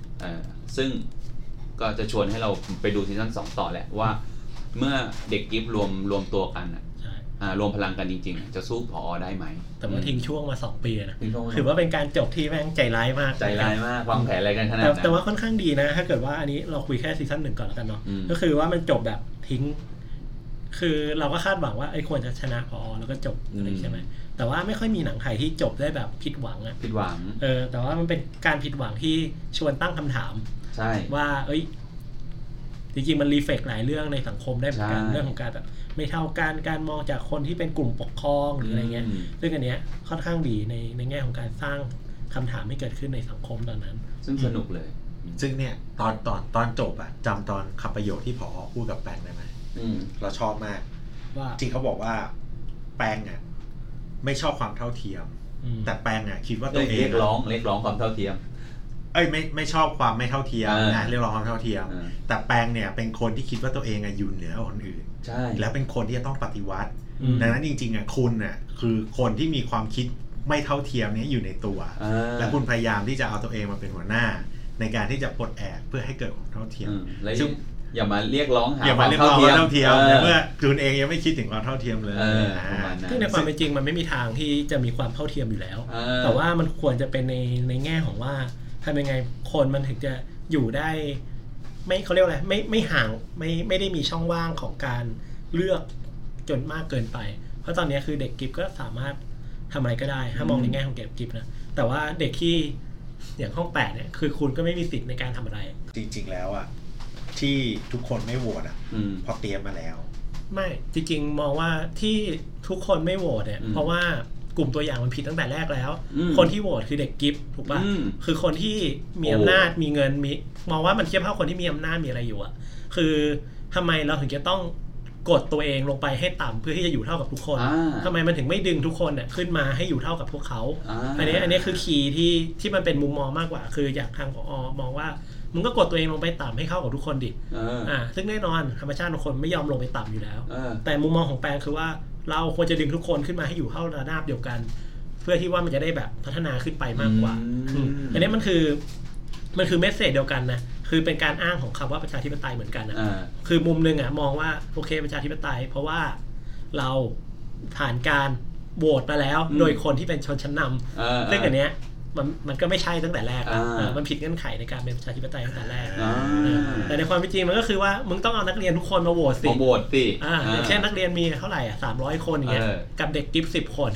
1ซึ่งก็จะชวนให้เราไปดูซีซั่น2ต่อแหละว่าเมื่อเด็กกิฟต์รวมตัวกันรวมพลังกันจริงๆจะสู้ผอ.ได้ไหมแต่ว่าทิ้งช่วงมา2ปีนะถือว่าเป็นการจบที่แม่งใจร้ายมากวางแผนอะไรกันขนาดนั้นแต่ว่าค่อนข้างดีนะถ้าเกิดว่าอันนี้เราคุยแค่ซีซั่น1ก่อนแล้วกันเนาะก็คือว่ามันจบแบบทิ้งคือเราก็คาดหวังว่าไอ้ควรจะชนะผอ.แล้วก็จบอะไรใช่ไหมแต่ว่าไม่ค่อยมีหนังไทยที่จบได้แบบผิดหวังแต่ว่ามันเป็นการผิดหวังที่ชวนตั้งคำถามว่าจริงๆมันรีเฟล็กหลายเรื่องในสังคมได้เหมือนกันเรื่องของการแบบไม่เท่ากันการมองจากคนที่เป็นกลุ่มปกครองหรืออะไรเงี้ยซึ่งอันเนี้ยค่อนข้างดีในแง่ของการสร้างคำถามให้เกิดขึ้นในสังคมตอนนั้นซึ่งสนุกเลยซึ่งเนี่ยตอนจบอะจำตอนคำประโยชน์ที่ผอ.พูดกับแปงได้ไหมเราชอบมากว่าจริงเขาบอกว่าแปงอะไม่ชอบความเท่าเทียมแต่แปงอะคิดว่าตัวเองเรียกร้องความเท่าเทียมไม่ชอบความไม่เท่าเทียมนะเรียกร้องความเท่าเทียมแต่แปงเนี่ยเป็นคนที่คิดว่าตัวเองอยู่เหนือคนอื่นใช่แล้วเป็นคนที่จะต้องปฏิวัติดังนั้นจริงๆคุณคือคนที่มีความคิดไม่เท่าเทียมนี้อยู่ในตัวและคุณพยายามที่จะเอาตัวเองมาเป็นหัวหน้าในการที่จะปลดแอกเพื่อให้เกิดความเท่าเทียมซึ่งอย่ามาเรียกร้องหาความเท่าเทียมเมื่อคุณเองยังไม่คิดถึงความเท่าเทียมเลยที่ในความเป็นจริงมันไม่มีทางที่จะมีความเท่าเทียมอยู่แล้วแต่ว่ามันควรจะเป็นในแง่ของว่าทำยังไงคนมันถึงจะอยู่ได้ไม่เขาเรียกอะไรไม่ห่างไม่ได้มีช่องว่างของการเลือกจนมากเกินไปเพราะตอนนี้คือเด็กกิฟก็สามารถทำอะไรก็ได้ถ้ามองในแง่ของเด็กกิฟนะแต่ว่าเด็กที่อย่างห้อง8เนี่ยคือคุณก็ไม่มีสิทธิ์ในการทำอะไรจริงๆแล้วที่ทุกคนไม่โหวตพอเตรียมมาแล้วไม่จริงๆมองว่าที่ทุกคนไม่โหวตเนี่ยเพราะว่ากลุ่มตัวอย่างมันผิดตั้งแต่แรกแล้วคนที่โหวตคือเด็กกิฟต์ถูกป่ะคือคนที่มีอำนาจมีเงินมีมองว่ามันเทียบเท่าคนที่มีอำนาจมีอะไรอยู่คือทำไมเราถึงจะต้องกดตัวเองลงไปให้ต่ำเพื่อที่จะอยู่เท่ากับทุกคนทำไมมันถึงไม่ดึงทุกคนขึ้นมาให้อยู่เท่ากับพวกเขาอันนี้คือคีย์ที่มันเป็นมุมมองมากกว่าคืออยากทางผอ.มองว่ามึงก็กดตัวเองลงไปต่ำให้เข้ากับทุกคนดิซึ่งแน่นอนธรรมชาติของคนไม่ยอมลงไปต่ำอยู่แล้วแต่มุมมองของแปลงคือว่าเราควรจะดึงทุกคนขึ้นมาให้อยู่เท่าระดับเดียวกันเพื่อที่ว่ามันจะได้แบบพัฒนาขึ้นไปมากกว่าอันนี้มันคือเมสเสจเดียวกันนะคือเป็นการอ้างของคำว่าประชาธิปไตยเหมือนกันนะคือมุมนึงมองว่าโอเคประชาธิปไตยเพราะว่าเราผ่านการโหวตมาแล้วโดยคนที่เป็นชนชั้นนำซึ่งอันเนี้ยมันก็ไม่ใช่ตั้งแต่แรกมันผิดเงื่อนไขในการเป็นประชาธิปไตยตั้งแต่แรกแต่ในความเป็นจริงมันก็คือว่ามึงต้องเอานักเรียนทุกคนมาโหวตสิอย่างเช่นนักเรียนมีเท่าไหร่300 คนอย่างเงี้ยกับเด็กกิฟต์10 คน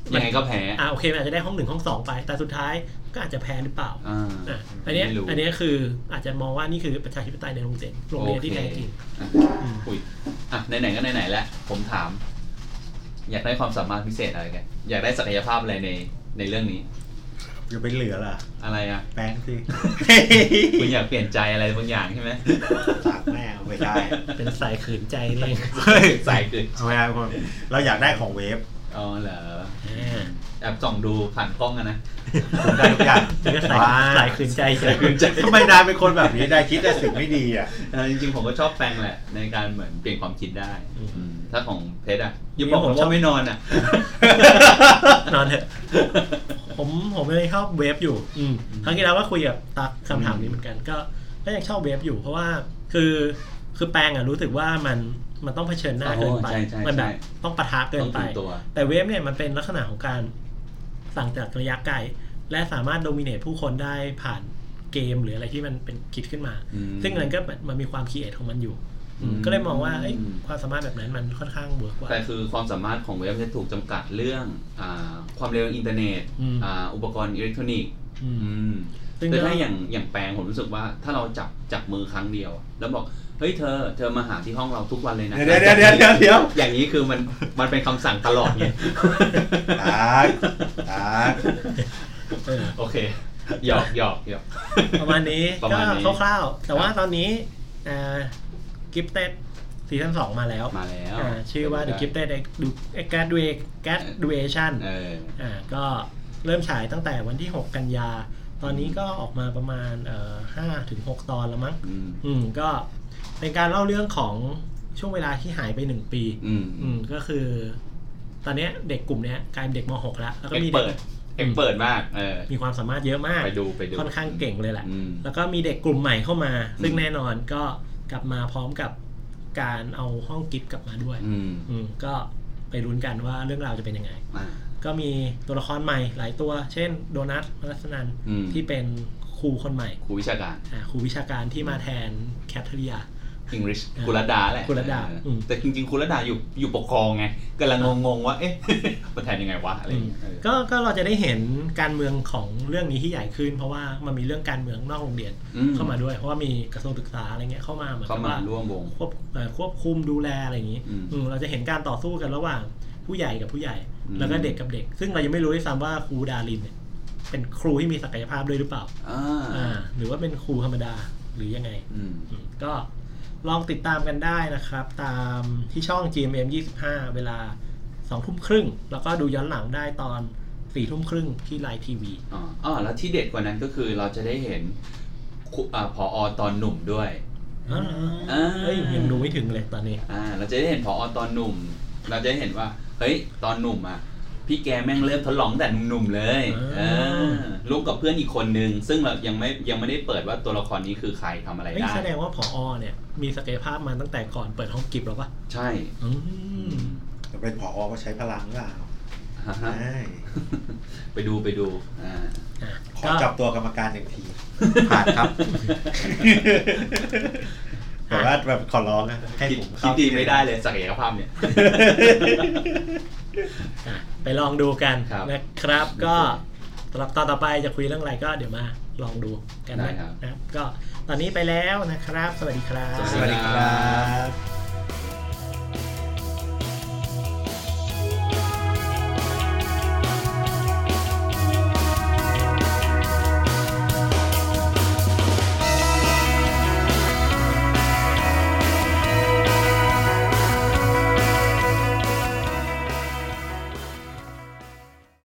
ยังไงก็แพ้โอเคมันอาจจะได้ห้อง1ห้อง2ไปแต่สุดท้ายก็อาจจะแพ้หรือเปล่าอันนี้คืออาจจะมองว่านี่คือประชาธิปไตยในโรงเรียนที่แท้จริงไหนๆก็ไหนๆแล้วผมถามอยากได้ความสามารถพิเศษอะไรกันอยากได้ศักยภาพอะไรในเรื่องนี้จะไปเหลือล่ะอะไรอ่ะแป้งสิคุณอยากเปลี่ยนใจอะไรบางอย่างใช่ไหมสากแม่เอาไม่ได้เป็นสายขืนใจนี่สายขืนไม่ได้เราอยากได้ของเวฟอ๋อเหรอแอบส่องดูผ่านกล้องนะได้ทุกอย่างสายขืนใจทำไมนายเป็นคนแบบนี้ได้คิดแต่สิ่งไม่ดีอ่ะจริงๆผมก็ชอบแปลงแหละในการเหมือนเปลี่ยนความคิดได้ถ้าของเพชรยังบอกผมว่าไม่นอนนอนเถอะผมไม่ได้ชอบเวฟอยู่ครั้งที่แล้วก็คุยกับตั๊กคำถามนี้เหมือนกันก็ยังชอบเวฟอยู่เพราะว่าคือแปลงรู้สึกว่ามันต้องเผชิญหน้าเกินไปมันแบบต้องปะทะเกินไปแต่เวฟเนี่ยมันเป็นลักษณะของการสั่งจากระยะไกลและสามารถโดมิเนตผู้คนได้ผ่านเกมหรืออะไรที่มันเป็นคิดขึ้นมาซึ่งมันก็มันมีความครีเอทของมันอยู่ก็เลยมองว่าความสามารถแบบนั้นมันค่อนข้างเวิร์กกว่าแต่คือความสามารถของเว็บจะถูกจำกัดเรื่องความเร็วอินเทอร์เน็ตอุปกรณ์อิเล็กทรอนิกส์แต่ถ้าอย่างแปลงผมรู้สึกว่าถ้าเราจับมือครั้งเดียวแล้วบอกเฮ้ยเธอมาหาที่ห้องเราทุกวันเลยนะเดี๋ยวอย่างนี้คือมันเป็นคำสั่งตลอดไงโอเคหยอกประมาณนี้ก็คร่าวๆแต่ว่าตอนนี้Gifted ซีซั่น2มาแล้วชื่อว่า The Gifted Graduation ก็เริ่มฉายตั้งแต่วันที่6กันยาตอนนี้ก็ออกมาประมาณ5-6 ตอนแล้วมั้งก็เป็นการเล่าเรื่องของช่วงเวลาที่หายไป1 ปีก็คือตอนนี้เด็กกลุ่มนี้กลายเป็นเด็กม.6 แล้วก็มีเด็กเปิดมากมีความสามารถเยอะมากไปดูค่อนข้างเก่งเลยแหละแล้วก็มีเด็กกลุ่มใหม่เข้ามาซึ่งแน่นอนก็กลับมาพร้อมกับการเอาห้องกิฟต์กลับมาด้วยก็ไปลุ้นกันว่าเรื่องราวจะเป็นยังไงก็มีตัวละครใหม่หลายตัวเช่นโดนัทรัศนันที่เป็นครูคนใหม่ครูวิชาการที่มาแทนแคทเธอรีย English กุลดาแหละแต่จริงๆกุลดาอยู่ปกครองไงกำลังงงว่าเอ๊ะมันแทนยังไงวะอะไรอย่างเงี้ยก็เราจะได้เห็นการเมืองของเรื่องนี้ที่ใหญ่ขึ้นเพราะว่ามันมีเรื่องการเมืองนอกโรงเรียนเข้ามาด้วยเพราะว่ามีกระทรวงศึกษาอะไรเงี้ยเข้ามาเหมือนกับว่าร่วมวงควบคุมดูแลอะไรอย่างงี้เราจะเห็นการต่อสู้กันระหว่างผู้ใหญ่กับผู้ใหญ่แล้วก็เด็กกับเด็กซึ่งเรายังไม่รู้ด้วยซ้ำว่าครูดารินเนี่ยเป็นครูที่มีศักยภาพด้วยหรือเปล่าหรือว่าเป็นครูธรรมดาหรือยังไงก็ลองติดตามกันได้นะครับตามที่ช่อง GMM 25เวลา 20:30 นแล้วก็ดูย้อนหลังได้ตอน 4:30 นที่ไลน์ทีวีแล้วที่เด็ดกว่านั้นก็คือเราจะได้เห็นผอ.ตอนหนุ่มด้วยยังดูไม่ถึงเลยตอนนี้เราจะได้เห็นผอ.ตอนหนุ่มเราจะได้เห็นว่าเฮ้ยตอนหนุ่มพี่แกแม่งเริ่มทดลองแต่หนุ่มๆเลยร่วมกับเพื่อนอีกคนนึงซึ่งเรายังไม่ได้เปิดว่าตัวละครนี้คือใครทำอะไรได้แสดงว่าผอ.เนี่ยมีศักยภาพมาตั้งแต่ก่อนเปิดห้องกิฟต์แล้วปะใช่แต่เป็นผอ.ก็ใช้พลังหรือเปล่าไปดูขอจับตัวกรรมการ1 ทีผ่านครับแต่ว่าแบบขอร้องให้ผมคิดดีไม่ได้เลยศักยภาพเนี่ยไปลองดูกันนะครับก็ตอนต่อไปจะคุยเรื่องอะไรก็เดี๋ยวมาลองดูกันนะครับก็ตอนนี้ไปแล้วนะครับสวัสดีครับสวัสดีครับ